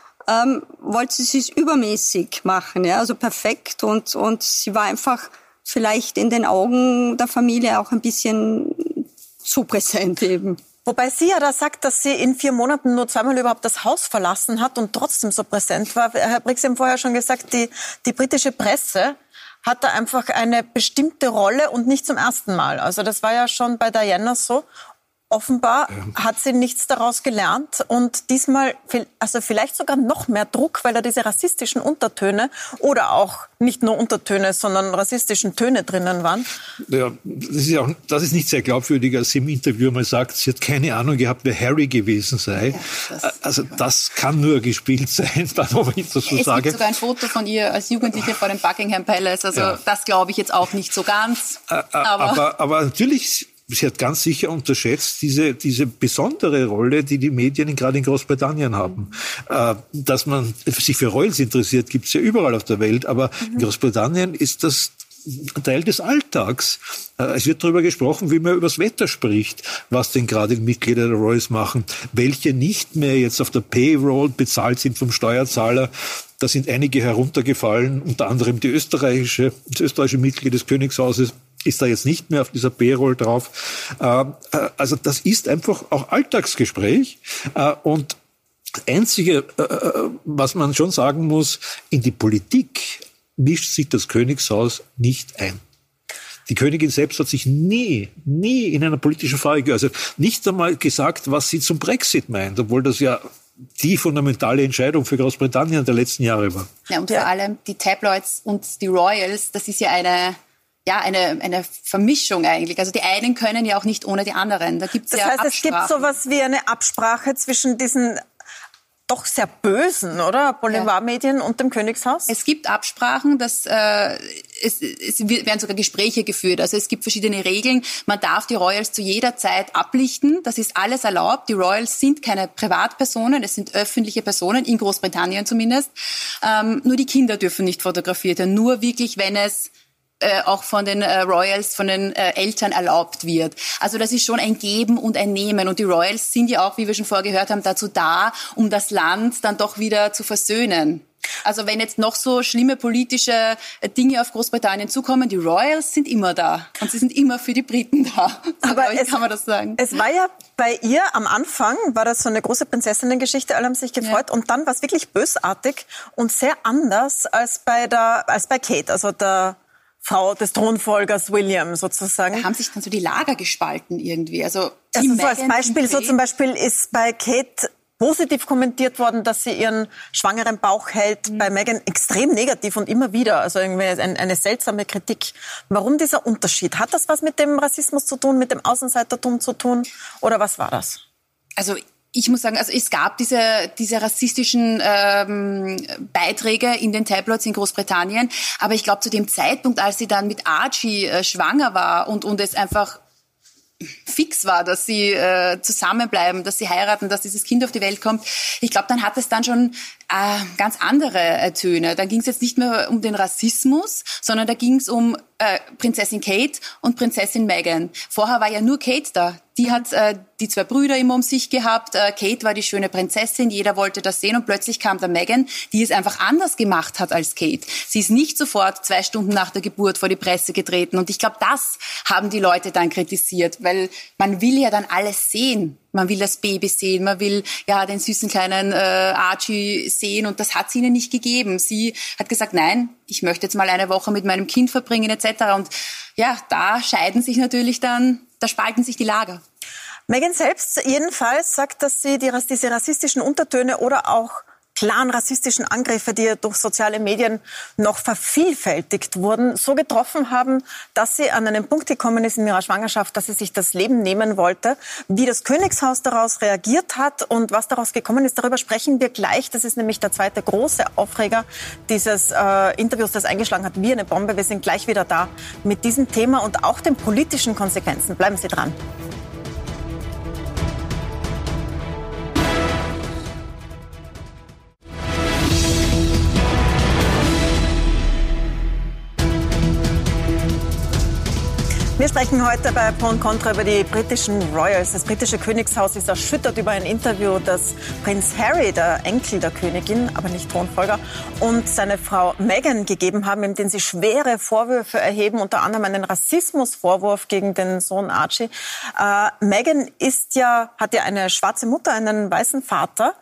wollte sie es übermäßig machen, also perfekt, und sie war einfach vielleicht in den Augen der Familie auch ein bisschen zu präsent eben. Wobei sie ja da sagt, dass sie in 4 Monaten nur 2-mal überhaupt das Haus verlassen hat und trotzdem so präsent war. Herr Brix hat vorher schon gesagt, die britische Presse hat da einfach eine bestimmte Rolle und nicht zum ersten Mal. Also das war ja schon bei Diana so. Offenbar hat sie nichts daraus gelernt und diesmal, also vielleicht sogar noch mehr Druck, weil da diese rassistischen Untertöne oder auch nicht nur Untertöne, sondern rassistischen Töne drinnen waren. Ja, das ist nicht sehr glaubwürdig, als sie im Interview mal sagt, sie hat keine Ahnung gehabt, wer Harry gewesen sei. Ja, also das kann nur gespielt sein, wenn ich das so sage. Es gibt sogar ein Foto von ihr als Jugendliche vor dem Buckingham Palace, also das glaube ich jetzt auch nicht so ganz. Aber natürlich, sie hat ganz sicher unterschätzt diese besondere Rolle, die die Medien gerade in Großbritannien haben. Dass man sich für Royals interessiert, gibt's ja überall auf der Welt, aber in Großbritannien ist das Teil des Alltags. Es wird darüber gesprochen, wie man über das Wetter spricht, was denn gerade die Mitglieder der Royals machen, welche nicht mehr jetzt auf der Payroll bezahlt sind vom Steuerzahler. Da sind einige heruntergefallen, unter anderem das österreichische Mitglied des Königshauses ist da jetzt nicht mehr auf dieser Payroll drauf. Also das ist einfach auch Alltagsgespräch. Und das Einzige, was man schon sagen muss, in die Politik mischt sich das Königshaus nicht ein. Die Königin selbst hat sich nie in einer politischen Frage geäußert. Nicht einmal gesagt, was sie zum Brexit meint, obwohl das ja die fundamentale Entscheidung für Großbritannien der letzten Jahre war. Ja, und vor allem die Tabloids und die Royals, das ist ja eine Vermischung eigentlich. Also die einen können ja auch nicht ohne die anderen. Da gibt's das heißt, es gibt sowas wie eine Absprache zwischen diesen doch sehr bösen, oder? Boulevardmedien und dem Königshaus? Es gibt Absprachen, es werden sogar Gespräche geführt. Also es gibt verschiedene Regeln. Man darf die Royals zu jeder Zeit ablichten. Das ist alles erlaubt. Die Royals sind keine Privatpersonen, es sind öffentliche Personen, in Großbritannien zumindest. Nur die Kinder dürfen nicht fotografiert werden. Nur wirklich, wenn es auch von den Royals, von den Eltern erlaubt wird. Also das ist schon ein Geben und ein Nehmen. Und die Royals sind ja auch, wie wir schon vorher gehört haben, dazu da, um das Land dann doch wieder zu versöhnen. Also wenn jetzt noch so schlimme politische Dinge auf Großbritannien zukommen, die Royals sind immer da. Und sie sind immer für die Briten da. Aber kann man das sagen. Es war ja bei ihr am Anfang, war das so eine große Prinzessinnen-Geschichte, alle haben sich gefreut. Ja. Und dann war es wirklich bösartig und sehr anders als bei Kate, also der Frau des Thronfolgers William sozusagen. Da haben sich dann so die Lager gespalten irgendwie. Also so als Beispiel, so zum Beispiel ist bei Kate positiv kommentiert worden, dass sie ihren schwangeren Bauch hält. Bei Meghan extrem negativ und immer wieder. Also irgendwie eine seltsame Kritik. Warum dieser Unterschied? Hat das was mit dem Rassismus zu tun, mit dem Außenseitertum zu tun? Oder was war das? Also ich muss sagen, also es gab diese rassistischen Beiträge in den Tabloids in Großbritannien, aber ich glaube zu dem Zeitpunkt, als sie dann mit Archie schwanger war und es einfach fix war, dass sie zusammenbleiben, dass sie heiraten, dass dieses Kind auf die Welt kommt, ich glaube, dann hat es dann schon ganz andere Töne. Dann ging es jetzt nicht mehr um den Rassismus, sondern da ging es um Prinzessin Kate und Prinzessin Meghan. Vorher war ja nur Kate da. Die hat die 2 Brüder immer um sich gehabt. Kate war die schöne Prinzessin, jeder wollte das sehen und plötzlich kam da Meghan, die es einfach anders gemacht hat als Kate. Sie ist nicht sofort 2 Stunden nach der Geburt vor die Presse getreten und ich glaube, das haben die Leute dann kritisiert, weil man will ja dann alles sehen. Man will das Baby sehen, man will ja den süßen kleinen Archie sehen und das hat sie ihnen nicht gegeben. Sie hat gesagt, nein, ich möchte jetzt mal eine Woche mit meinem Kind verbringen etc. Und ja, da spalten sich die Lager. Meghan selbst jedenfalls sagt, dass sie diese rassistischen Untertöne oder auch klaren rassistischen Angriffe, die ja durch soziale Medien noch vervielfältigt wurden, so getroffen haben, dass sie an einen Punkt gekommen ist in ihrer Schwangerschaft, dass sie sich das Leben nehmen wollte. Wie das Königshaus daraus reagiert hat und was daraus gekommen ist, darüber sprechen wir gleich. Das ist nämlich der zweite große Aufreger dieses Interviews, das eingeschlagen hat wie eine Bombe. Wir sind gleich wieder da mit diesem Thema und auch den politischen Konsequenzen. Bleiben Sie dran. Wir sprechen heute bei Pro und Contra über die britischen Royals. Das britische Königshaus ist erschüttert über ein Interview, das Prinz Harry, der Enkel der Königin, aber nicht Thronfolger, und seine Frau Meghan gegeben haben, in denen sie schwere Vorwürfe erheben, unter anderem einen Rassismusvorwurf gegen den Sohn Archie. Meghan hat ja eine schwarze Mutter, einen weißen Vater.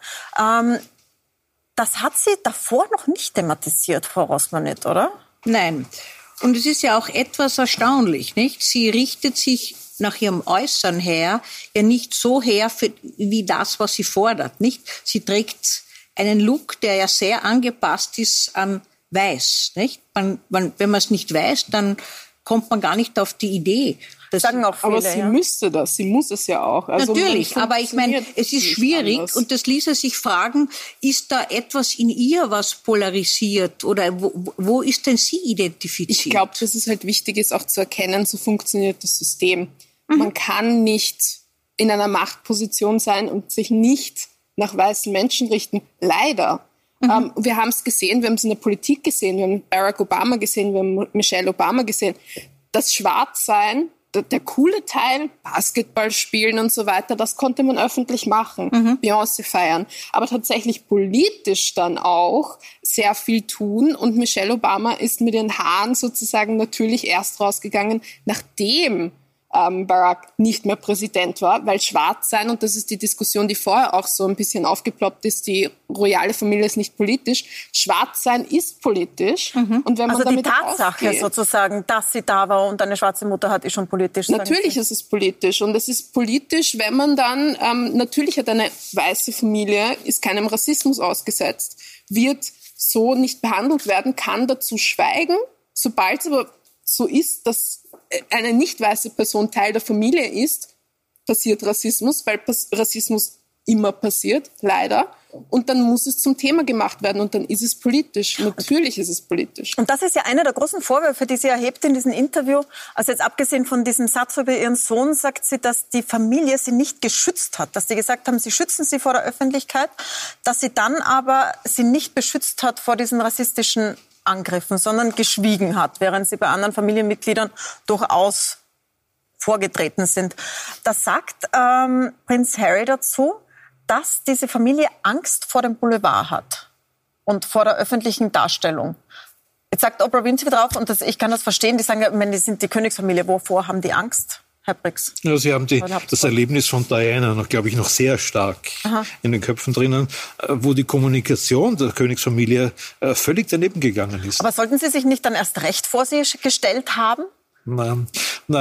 Das hat sie davor noch nicht thematisiert, Frau Rosmanit, oder? Nein. Und es ist ja auch etwas erstaunlich, nicht? Sie richtet sich nach ihrem Äußern her ja nicht so her wie das, was sie fordert, nicht? Sie trägt einen Look, der ja sehr angepasst ist an Weiß, nicht? Wenn man es nicht weiß, dann kommt man gar nicht auf die Idee. Das sagen auch viele, aber sie müsste das, sie muss es ja auch. Also natürlich, aber ich meine, es ist schwierig anders. Und das ließe sich fragen, ist da etwas in ihr, was polarisiert oder wo ist denn sie identifiziert? Ich glaube, dass es halt wichtig ist, auch zu erkennen, so funktioniert das System. Man kann nicht in einer Machtposition sein und sich nicht nach weißen Menschen richten. Leider. Wir haben es gesehen, wir haben es in der Politik gesehen, wir haben Barack Obama gesehen, wir haben Michelle Obama gesehen. Das Schwarzsein, der coole Teil, Basketball spielen und so weiter, das konnte man öffentlich machen, Beyoncé feiern. Aber tatsächlich politisch dann auch sehr viel tun. Und Michelle Obama ist mit den Haaren sozusagen natürlich erst rausgegangen, nachdem Barack nicht mehr Präsident war, weil schwarz sein, und das ist die Diskussion, die vorher auch so ein bisschen aufgeploppt ist, die royale Familie ist nicht politisch, schwarz sein ist politisch. Und wenn man also damit die Tatsache ausgeht, sozusagen, dass sie da war und eine schwarze Mutter hat, ist schon politisch. Natürlich ist es politisch, und es ist politisch, wenn man dann, natürlich hat eine weiße Familie, ist keinem Rassismus ausgesetzt, wird so nicht behandelt werden, kann dazu schweigen, sobald es aber so ist, dass eine nicht weiße Person Teil der Familie ist, passiert Rassismus, weil Rassismus immer passiert, leider. Und dann muss es zum Thema gemacht werden und dann ist es politisch. Natürlich ist es politisch. Und das ist ja einer der großen Vorwürfe, die sie erhebt in diesem Interview. Also jetzt abgesehen von diesem Satz über ihren Sohn, sagt sie, dass die Familie sie nicht geschützt hat. Dass sie gesagt haben, sie schützen sie vor der Öffentlichkeit, dass sie dann aber sie nicht beschützt hat vor diesen rassistischen Angriffen, sondern geschwiegen hat, während sie bei anderen Familienmitgliedern durchaus vorgetreten sind. Das sagt Prinz Harry dazu, dass diese Familie Angst vor dem Boulevard hat und vor der öffentlichen Darstellung. Jetzt sagt Oprah Winfrey drauf, und ich kann das verstehen, die sagen, wenn die sind die Königsfamilie, wovor haben die Angst? Herr Brix. Ja, Sie haben das Erlebnis von Diana noch, glaube ich, noch sehr stark in den Köpfen drinnen, wo die Kommunikation der Königsfamilie völlig daneben gegangen ist. Aber sollten Sie sich nicht dann erst recht vor sie gestellt haben? Nein,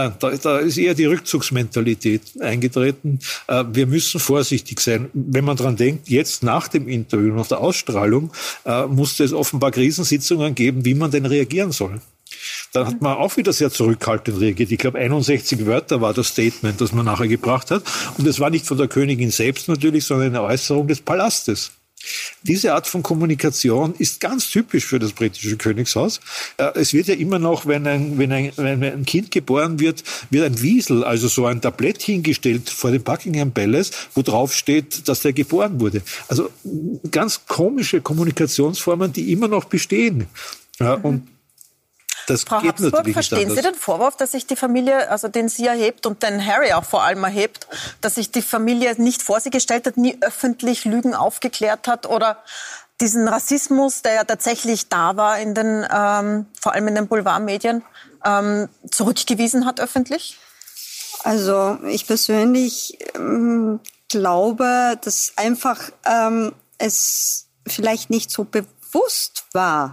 da ist eher die Rückzugsmentalität eingetreten. Wir müssen vorsichtig sein. Wenn man dran denkt, jetzt nach dem Interview, nach der Ausstrahlung, musste es offenbar Krisensitzungen geben, wie man denn reagieren soll. Dann hat man auch wieder sehr zurückhaltend reagiert. Ich glaube, 61 Wörter war das Statement, das man nachher gebracht hat. Und es war nicht von der Königin selbst natürlich, sondern eine Äußerung des Palastes. Diese Art von Kommunikation ist ganz typisch für das britische Königshaus. Es wird ja immer noch, wenn ein Kind geboren wird, ein Wiesel, also so ein Tablett hingestellt vor dem Buckingham Palace, wo drauf steht, dass der geboren wurde. Also ganz komische Kommunikationsformen, die immer noch bestehen. Ja, und das Frau geht Habsburg, natürlich verstehen nicht Sie den Vorwurf, dass sich die Familie, also den sie erhebt und den Harry auch vor allem erhebt, dass sich die Familie nicht vor sie gestellt hat, nie öffentlich Lügen aufgeklärt hat oder diesen Rassismus, der ja tatsächlich da war in den, vor allem in den Boulevardmedien, zurückgewiesen hat öffentlich? Also ich persönlich glaube, dass einfach es vielleicht nicht so bewusst war,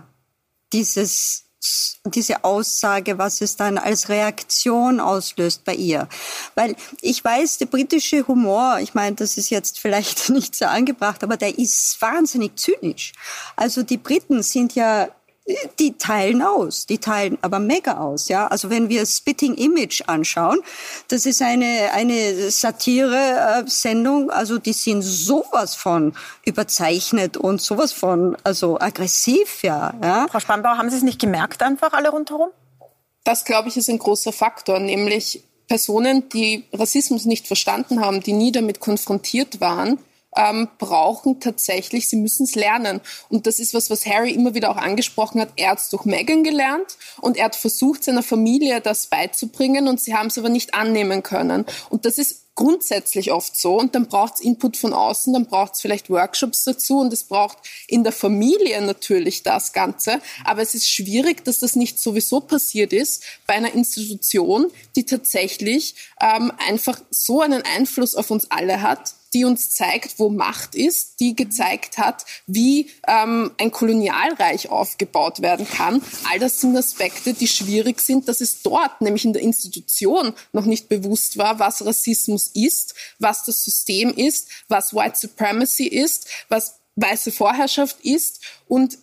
diese Aussage, was es dann als Reaktion auslöst bei ihr. Weil ich weiß, der britische Humor, ich meine, das ist jetzt vielleicht nicht so angebracht, aber der ist wahnsinnig zynisch. Also die Briten sind ja, die teilen aber mega aus, ja. Also wenn wir Spitting Image anschauen, das ist eine Satire-Sendung, also die sind sowas von überzeichnet und sowas von, also aggressiv, ja. Frau Spannbauer, haben Sie es nicht gemerkt einfach alle rundherum? Das, glaube ich, ist ein großer Faktor, nämlich Personen, die Rassismus nicht verstanden haben, die nie damit konfrontiert waren, brauchen tatsächlich, sie müssen es lernen. Und das ist was Harry immer wieder auch angesprochen hat. Er hat es durch Meghan gelernt und er hat versucht, seiner Familie das beizubringen und sie haben es aber nicht annehmen können. Und das ist grundsätzlich oft so und dann braucht es Input von außen, dann braucht es vielleicht Workshops dazu und es braucht in der Familie natürlich das Ganze. Aber es ist schwierig, dass das nicht sowieso passiert ist bei einer Institution, die tatsächlich einfach so einen Einfluss auf uns alle hat, die uns zeigt, wo Macht ist, die gezeigt hat, wie ein Kolonialreich aufgebaut werden kann. All das sind Aspekte, die schwierig sind, dass es dort, nämlich in der Institution, noch nicht bewusst war, was Rassismus ist, was das System ist, was White Supremacy ist, was weiße Vorherrschaft ist und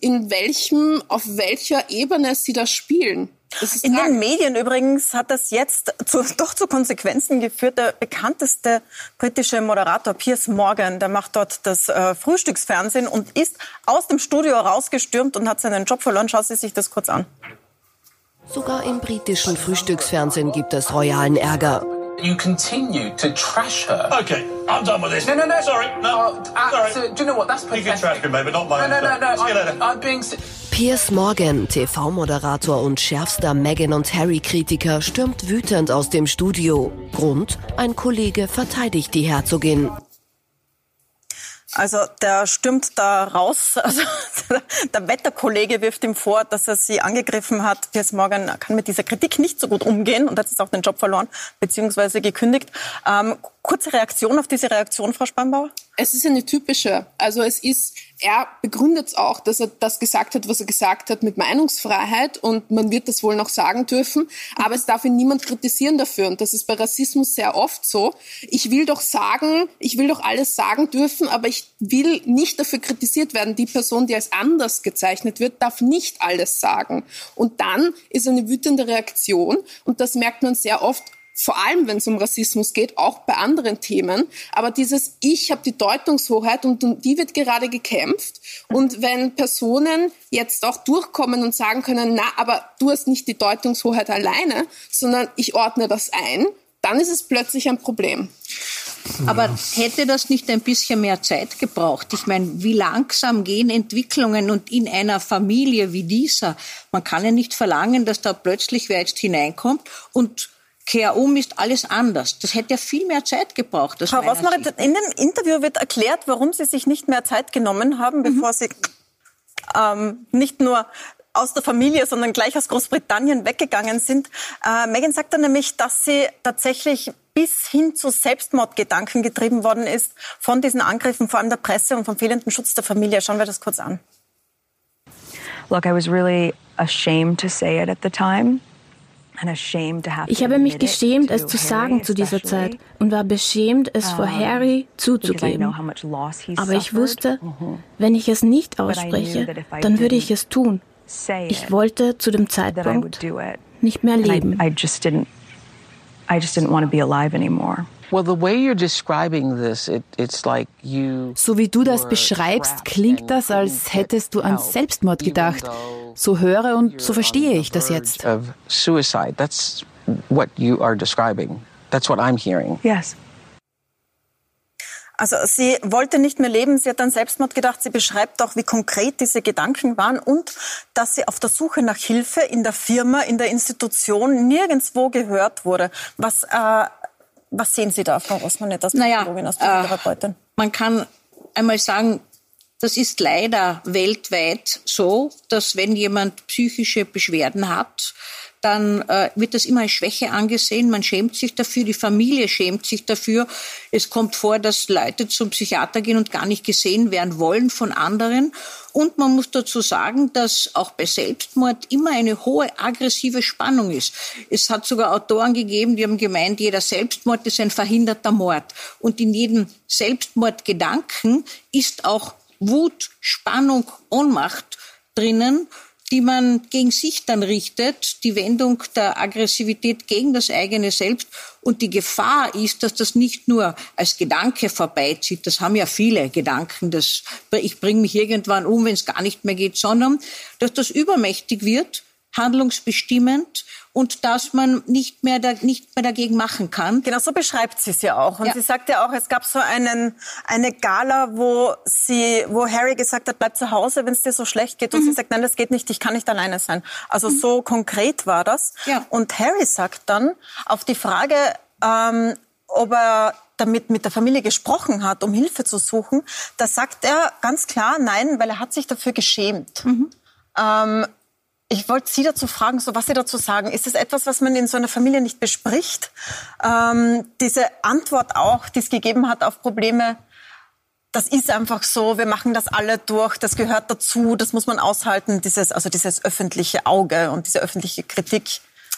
auf welcher Ebene sie das spielen. In den Medien übrigens hat das jetzt doch zu Konsequenzen geführt. Der bekannteste britische Moderator Piers Morgan, der macht dort das Frühstücksfernsehen und ist aus dem Studio rausgestürmt und hat seinen Job verloren. Schauen Sie sich das kurz an. Sogar im britischen Frühstücksfernsehen gibt es royalen Ärger. You continue to trash her. Okay, I'm done with this. No, sorry. No, sorry. So, do you know what? That's pathetic. You can trash me, mate, but not mine. No. I'm being... Piers Morgan, TV-Moderator und schärfster Meghan- und Harry-Kritiker, stürmt wütend aus dem Studio. Grund: ein Kollege verteidigt die Herzogin. Also der stürmt da raus. Also der Wetterkollege wirft ihm vor, dass er sie angegriffen hat. Piers Morgan kann mit dieser Kritik nicht so gut umgehen und hat jetzt auch den Job verloren bzw. gekündigt. Kurze Reaktion auf diese Reaktion, Frau Spannbauer? Es ist eine typische. Also er begründet es auch, dass er das gesagt hat, was er gesagt hat, mit Meinungsfreiheit und man wird das wohl noch sagen dürfen, aber es darf ihn niemand kritisieren dafür und das ist bei Rassismus sehr oft so. Ich will doch alles sagen dürfen, aber ich will nicht dafür kritisiert werden. Die Person, die als anders gezeichnet wird, darf nicht alles sagen. Und dann ist eine wütende Reaktion und das merkt man sehr oft, vor allem wenn es um Rassismus geht, auch bei anderen Themen. Aber ich habe die Deutungshoheit und um die wird gerade gekämpft. Und wenn Personen jetzt auch durchkommen und sagen können, na, aber du hast nicht die Deutungshoheit alleine, sondern ich ordne das ein, dann ist es plötzlich ein Problem. Aber hätte das nicht ein bisschen mehr Zeit gebraucht? Ich meine, wie langsam gehen Entwicklungen und in einer Familie wie dieser? Man kann ja nicht verlangen, dass da plötzlich wer jetzt hineinkommt und kehrum ist alles anders. Das hätte ja viel mehr Zeit gebraucht. Frau Rosmarin, in dem Interview wird erklärt, warum Sie sich nicht mehr Zeit genommen haben, bevor Sie nicht nur aus der Familie, sondern gleich aus Großbritannien weggegangen sind. Meghan sagt dann nämlich, dass sie tatsächlich bis hin zu Selbstmordgedanken getrieben worden ist von diesen Angriffen, vor allem der Presse und vom fehlenden Schutz der Familie. Schauen wir das kurz an. Look, I was really ashamed to say it at the time. Ich habe mich geschämt, es zu sagen zu dieser Zeit und war beschämt, es vor Harry zuzugeben. Aber ich wusste, wenn ich es nicht ausspreche, dann würde ich es tun. Ich wollte zu dem Zeitpunkt nicht mehr leben. I just didn't want to be alive anymore. So wie du das beschreibst, klingt das, als hättest du an Selbstmord gedacht. So höre und so verstehe ich das jetzt. That's what you are describing. That's what I'm hearing. Yes. Also sie wollte nicht mehr leben, sie hat an Selbstmord gedacht. Sie beschreibt auch, wie konkret diese Gedanken waren und dass sie auf der Suche nach Hilfe in der Firma, in der Institution nirgendwo gehört wurde. Was sehen Sie da, Frau Rosmanet, als Psychologin, als Psychotherapeutin? Man kann einmal sagen, das ist leider weltweit so, dass wenn jemand psychische Beschwerden hat, dann wird das immer als Schwäche angesehen. Man schämt sich dafür, die Familie schämt sich dafür. Es kommt vor, dass Leute zum Psychiater gehen und gar nicht gesehen werden wollen von anderen. Und man muss dazu sagen, dass auch bei Selbstmord immer eine hohe aggressive Spannung ist. Es hat sogar Autoren gegeben, die haben gemeint, jeder Selbstmord ist ein verhinderter Mord. Und in jedem Selbstmordgedanken ist auch Wut, Spannung, Ohnmacht drinnen, die man gegen sich dann richtet, die Wendung der Aggressivität gegen das eigene Selbst. Und die Gefahr ist, dass das nicht nur als Gedanke vorbeizieht, das haben ja viele Gedanken, dass ich bringe mich irgendwann um, wenn es gar nicht mehr geht, sondern dass das übermächtig wird, handlungsbestimmend und dass man nicht mehr dagegen machen kann. Genau, so beschreibt sie es ja auch. Und sie sagt ja auch, es gab so eine Gala, wo Harry gesagt hat, bleib zu Hause, wenn es dir so schlecht geht. Und sie sagt, nein, das geht nicht, ich kann nicht alleine sein. Also so konkret war das. Ja. Und Harry sagt dann auf die Frage, ob er damit mit der Familie gesprochen hat, um Hilfe zu suchen, da sagt er ganz klar nein, weil er hat sich dafür geschämt. Ich wollte Sie dazu fragen, so was Sie dazu sagen. Ist das etwas, was man in so einer Familie nicht bespricht? Diese Antwort auch, die es gegeben hat auf Probleme, das ist einfach so, wir machen das alle durch, das gehört dazu, das muss man aushalten, dieses öffentliche Auge und diese öffentliche Kritik.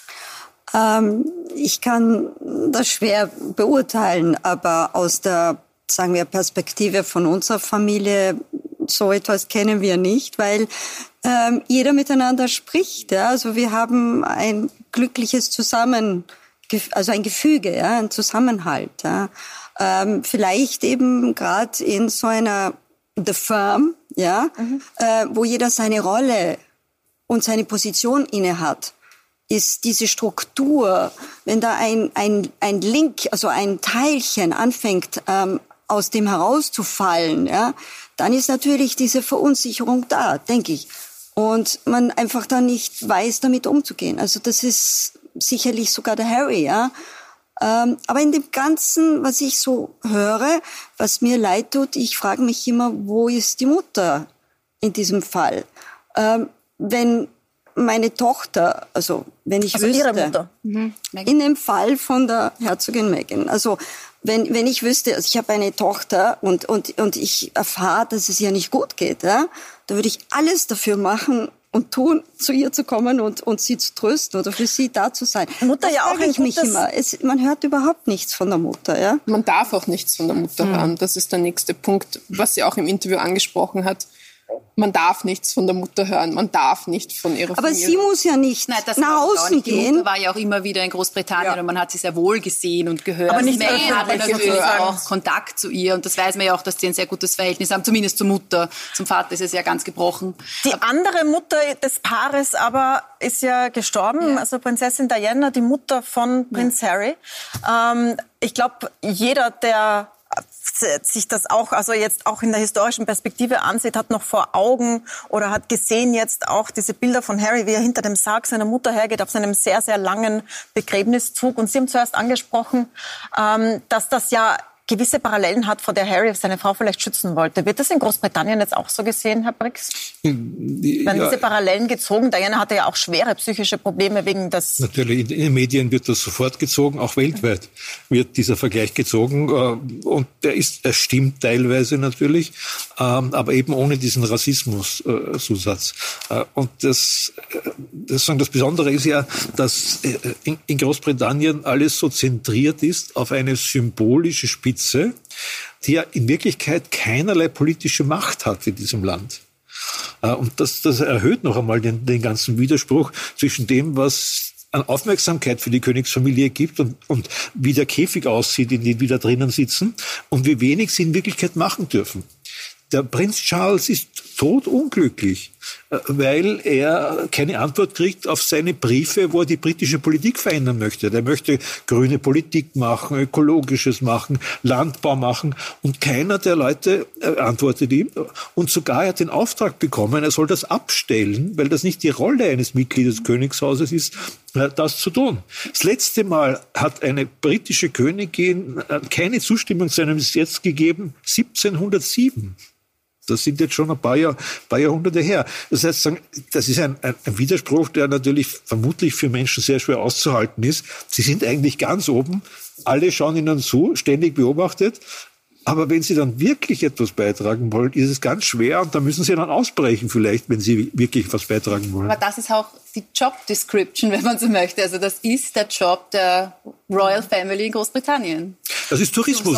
Ich kann das schwer beurteilen, aber aus der, sagen wir, Perspektive von unserer Familie, so etwas kennen wir nicht, weil jeder miteinander spricht. Ja? Also wir haben ein glückliches ein Gefüge, ja? Ein Zusammenhalt. Ja? Vielleicht eben gerade in so einer The Firm, ja? Wo jeder seine Rolle und seine Position inne hat, ist diese Struktur, wenn da ein Link, also ein Teilchen anfängt, aus dem herauszufallen, ja, dann ist natürlich diese Verunsicherung da, denke ich. Und man einfach dann nicht weiß, damit umzugehen. Also das ist sicherlich sogar der Harry, ja. Aber in dem Ganzen, was ich so höre, was mir leid tut, ich frage mich immer, wo ist die Mutter in diesem Fall? Wenn meine Tochter, wenn ich wüsste, Ihre Mutter. In dem Fall von der Herzogin Meghan, wenn ich wüsste, also ich habe eine Tochter und ich erfahre, dass es ihr nicht gut geht, ja, da würde ich alles dafür machen und tun, zu ihr zu kommen und sie zu trösten oder für sie da zu sein. Mutter das ja auch ich mich immer. Man hört überhaupt nichts von der Mutter, ja. Man darf auch nichts von der Mutter hören. Das ist der nächste Punkt, was sie auch im Interview angesprochen hat. Man darf nichts von der Mutter hören, man darf nicht von ihrer Familie. Aber sie muss ja nicht nach außen gehen. Die Mutter war ja auch immer wieder in Großbritannien und man hat sie sehr wohl gesehen und gehört. Aber nicht Meghan hatte natürlich auch Kontakt zu ihr und das weiß man ja auch, dass sie ein sehr gutes Verhältnis haben, zumindest zur Mutter. Zum Vater ist es ja ganz gebrochen. Die andere Mutter des Paares aber ist ja gestorben, also Prinzessin Diana, die Mutter von Prinz Harry. Ich glaube, jeder, der sich das auch, also jetzt auch in der historischen Perspektive ansieht, hat noch vor Augen oder hat gesehen jetzt auch diese Bilder von Harry, wie er hinter dem Sarg seiner Mutter hergeht, auf seinem sehr, sehr langen Begräbniszug. Und Sie haben zuerst angesprochen, dass das ja gewisse Parallelen hat, vor der Harry seine Frau vielleicht schützen wollte. Wird das in Großbritannien jetzt auch so gesehen, Herr Brix? Werden diese Parallelen gezogen? Diana hatte ja auch schwere psychische Probleme wegen des... Natürlich, in den Medien wird das sofort gezogen, auch weltweit wird dieser Vergleich gezogen. Und er stimmt teilweise natürlich, aber eben ohne diesen Rassismus-Zusatz. Und das Besondere ist ja, dass in Großbritannien alles so zentriert ist auf eine symbolische Spitze, die ja in Wirklichkeit keinerlei politische Macht hat in diesem Land. Und das erhöht noch einmal den ganzen Widerspruch zwischen dem, was an Aufmerksamkeit für die Königsfamilie gibt und wie der Käfig aussieht, in dem wir da drinnen sitzen und wie wenig sie in Wirklichkeit machen dürfen. Der Prinz Charles ist todunglücklich, weil er keine Antwort kriegt auf seine Briefe, wo er die britische Politik verändern möchte. Der möchte grüne Politik machen, ökologisches machen, Landbau machen und keiner der Leute antwortet ihm. Und sogar er hat den Auftrag bekommen, er soll das abstellen, weil das nicht die Rolle eines Mitgliedes des Königshauses ist, das zu tun. Das letzte Mal hat eine britische Königin keine Zustimmung zu einem Gesetz gegeben, 1707. Das sind jetzt schon ein paar Jahrhunderte her. Das heißt, das ist ein Widerspruch, der natürlich vermutlich für Menschen sehr schwer auszuhalten ist. Sie sind eigentlich ganz oben, alle schauen ihnen zu, ständig beobachtet. Aber wenn Sie dann wirklich etwas beitragen wollen, ist es ganz schwer und da müssen Sie dann ausbrechen vielleicht, wenn Sie wirklich was beitragen wollen. Aber das ist auch die Job Description, wenn man so möchte. Also das ist der Job der Royal Family in Großbritannien. Das ist Tourismus.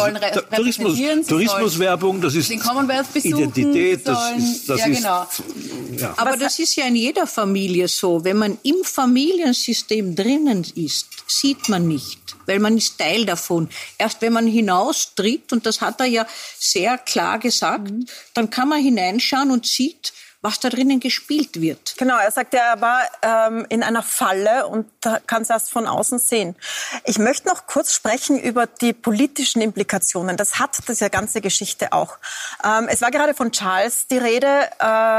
Tourismuswerbung, das ist den Commonwealth besuchen, Identität. Genau. Ja. Aber das ist ja in jeder Familie so. Wenn man im Familiensystem drinnen ist, sieht man nicht, weil man ist Teil davon. Erst wenn man hinaustritt, und das hat er ja sehr klar gesagt, dann kann man hineinschauen und sieht, was da drinnen gespielt wird. Genau, er sagt, er war in einer Falle und kann es erst von außen sehen. Ich möchte noch kurz sprechen über die politischen Implikationen. Das hat diese ganze Geschichte auch. Es war gerade von Charles die Rede.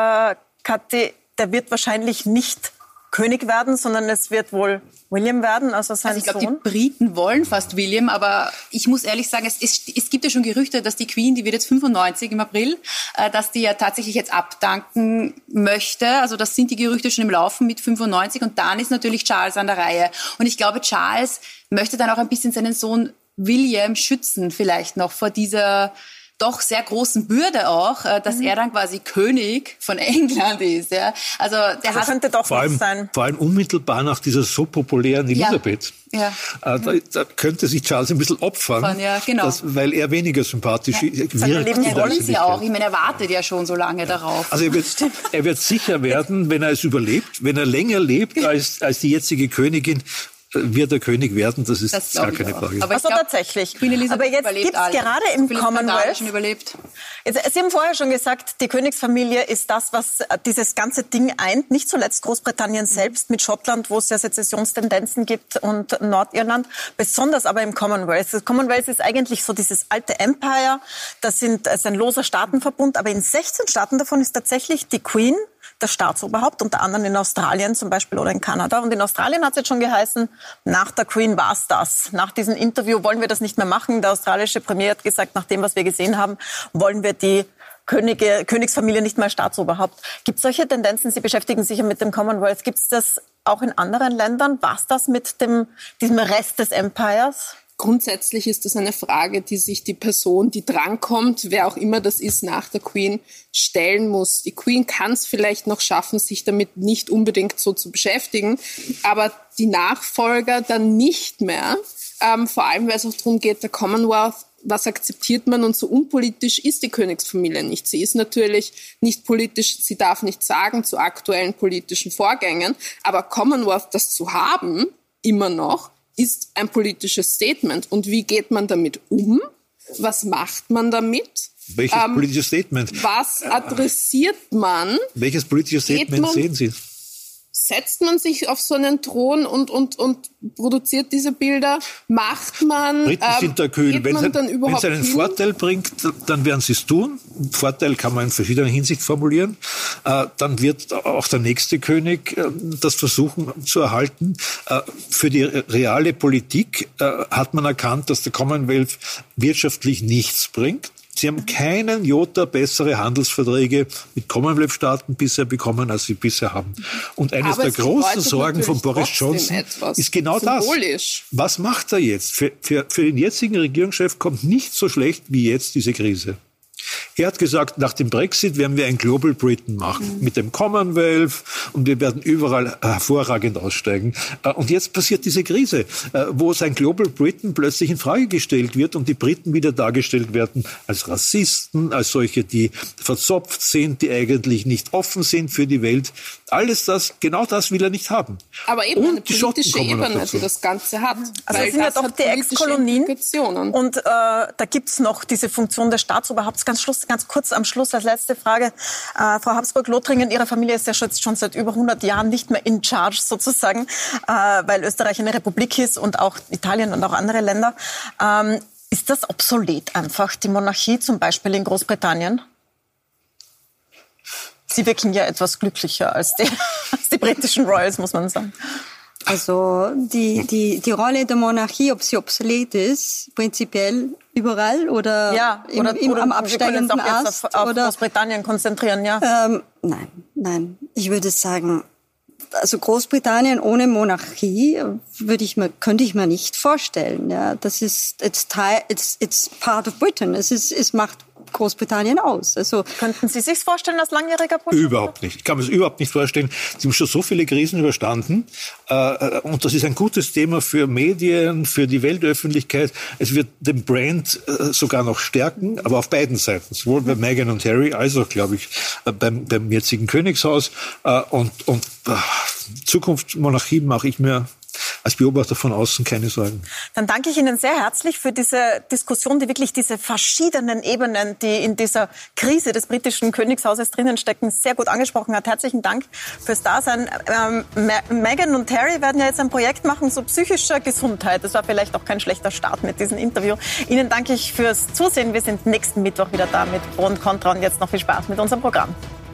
Kathi, der wird wahrscheinlich nicht König werden, sondern es wird wohl William werden, also sein Sohn. Ich glaube, die Briten wollen fast William, aber ich muss ehrlich sagen, es gibt ja schon Gerüchte, dass die Queen, die wird jetzt 95 im April, dass die ja tatsächlich jetzt abdanken möchte. Also das sind die Gerüchte schon im Laufen mit 95 und dann ist natürlich Charles an der Reihe. Und ich glaube, Charles möchte dann auch ein bisschen seinen Sohn William schützen, vielleicht noch vor dieser doch sehr großen Bürde auch, dass er dann quasi König von England ist. Ja. Also der könnte doch sein. Vor allem unmittelbar nach dieser so populären Elisabeth. Ja. Da könnte sich Charles ein bisschen opfern, genau. weil er weniger sympathisch wirkt. Er wollen sie auch. Ich meine, er wartet ja schon so lange darauf. Also er wird sicher werden, wenn er es überlebt. Wenn er länger lebt als die jetzige Königin, wird er König werden, das ist gar keine Frage. Aber tatsächlich. Aber jetzt gibt es gerade im Commonwealth... Sie haben vorher schon gesagt, die Königsfamilie ist das, was dieses ganze Ding eint. Nicht zuletzt Großbritannien selbst mit Schottland, wo es ja Sezessionstendenzen gibt, und Nordirland. Besonders aber im Commonwealth. Das Commonwealth ist eigentlich so dieses alte Empire. Das ist ein loser Staatenverbund. Aber in 16 Staaten davon ist tatsächlich die Queen das Staatsoberhaupt, unter anderem in Australien zum Beispiel oder in Kanada. Und in Australien hat es jetzt schon geheißen, nach der Queen war es das. Nach diesem Interview wollen wir das nicht mehr machen. Der australische Premier hat gesagt, nach dem, was wir gesehen haben, wollen wir die Königsfamilie nicht mehr Staatsoberhaupt. Gibt es solche Tendenzen? Sie beschäftigen sich ja mit dem Commonwealth. Gibt es das auch in anderen Ländern? War es das mit diesem Rest des Empires? Grundsätzlich ist das eine Frage, die sich die Person, die drankommt, wer auch immer das ist, nach der Queen stellen muss. Die Queen kann es vielleicht noch schaffen, sich damit nicht unbedingt so zu beschäftigen, aber die Nachfolger dann nicht mehr. Vor allem, weil es auch darum geht, der Commonwealth, was akzeptiert man, und so unpolitisch ist die Königsfamilie nicht. Sie ist natürlich nicht politisch, sie darf nichts sagen zu aktuellen politischen Vorgängen, aber Commonwealth, das zu haben, immer noch, ist ein politisches Statement. Und wie geht man damit um? Was macht man damit? Welches politisches Statement? Was adressiert man? Welches politisches Statement sehen Sie? Setzt man sich auf so einen Thron und produziert diese Bilder? Macht man? Briten sind da kühl. Wenn es einen Vorteil bringt, dann werden sie es tun. Vorteil kann man in verschiedener Hinsicht formulieren. Dann wird auch der nächste König das versuchen zu erhalten. Für die reale Politik hat man erkannt, dass der Commonwealth wirtschaftlich nichts bringt. Sie haben keinen Jota bessere Handelsverträge mit Commonwealth-Staaten bisher bekommen, als sie bisher haben. Und eines der großen Sorgen von Boris Johnson ist genau symbolisch. Das. Was macht er jetzt? Für den jetzigen Regierungschef kommt nicht so schlecht wie jetzt diese Krise. Er hat gesagt, nach dem Brexit werden wir ein Global Britain machen, mit dem Commonwealth, und wir werden überall hervorragend aussteigen. Und jetzt passiert diese Krise, wo sein Global Britain plötzlich in Frage gestellt wird und die Briten wieder dargestellt werden als Rassisten, als solche, die verzopft sind, die eigentlich nicht offen sind für die Welt. Alles das, genau das will er nicht haben. Aber eben und eine politische Ebene, die das Ganze hat. Also es sind ja doch die Ex-Kolonien. Und da gibt's noch diese Funktion des Staatsoberhaupts. Ganz kurz am Schluss als letzte Frage. Frau Habsburg-Lothringen, Ihre Familie ist ja schon seit über 100 Jahren nicht mehr in charge sozusagen, weil Österreich eine Republik ist und auch Italien und auch andere Länder. Ist das obsolet einfach, die Monarchie zum Beispiel in Großbritannien? Sie wirken ja etwas glücklicher als die britischen Royals, muss man sagen. Also die Rolle der Monarchie, ob sie obsolet ist, prinzipiell überall oder, oder am absteigenden Ast? Jetzt auf Großbritannien konzentrieren, ja? Nein. Ich würde sagen, also Großbritannien ohne Monarchie könnte ich mir nicht vorstellen. Ja, das ist it's part of Britain. Es macht Großbritannien aus. Also könnten Sie sich vorstellen als langjähriger Politiker? Überhaupt nicht. Ich kann mir das überhaupt nicht vorstellen. Sie haben schon so viele Krisen überstanden. Und das ist ein gutes Thema für Medien, für die Weltöffentlichkeit. Es wird den Brand sogar noch stärken, aber auf beiden Seiten. Sowohl bei Meghan und Harry als auch, glaube ich, beim jetzigen Königshaus. Und Zukunft Monarchie mache ich mir als Beobachter von außen keine Sorgen. Dann danke ich Ihnen sehr herzlich für diese Diskussion, die wirklich diese verschiedenen Ebenen, die in dieser Krise des britischen Königshauses drinnen stecken, sehr gut angesprochen hat. Herzlichen Dank fürs Dasein. Meghan und Harry werden ja jetzt ein Projekt machen zu psychischer Gesundheit. Das war vielleicht auch kein schlechter Start mit diesem Interview. Ihnen danke ich fürs Zusehen. Wir sind nächsten Mittwoch wieder da mit Pro und Contra und jetzt noch viel Spaß mit unserem Programm.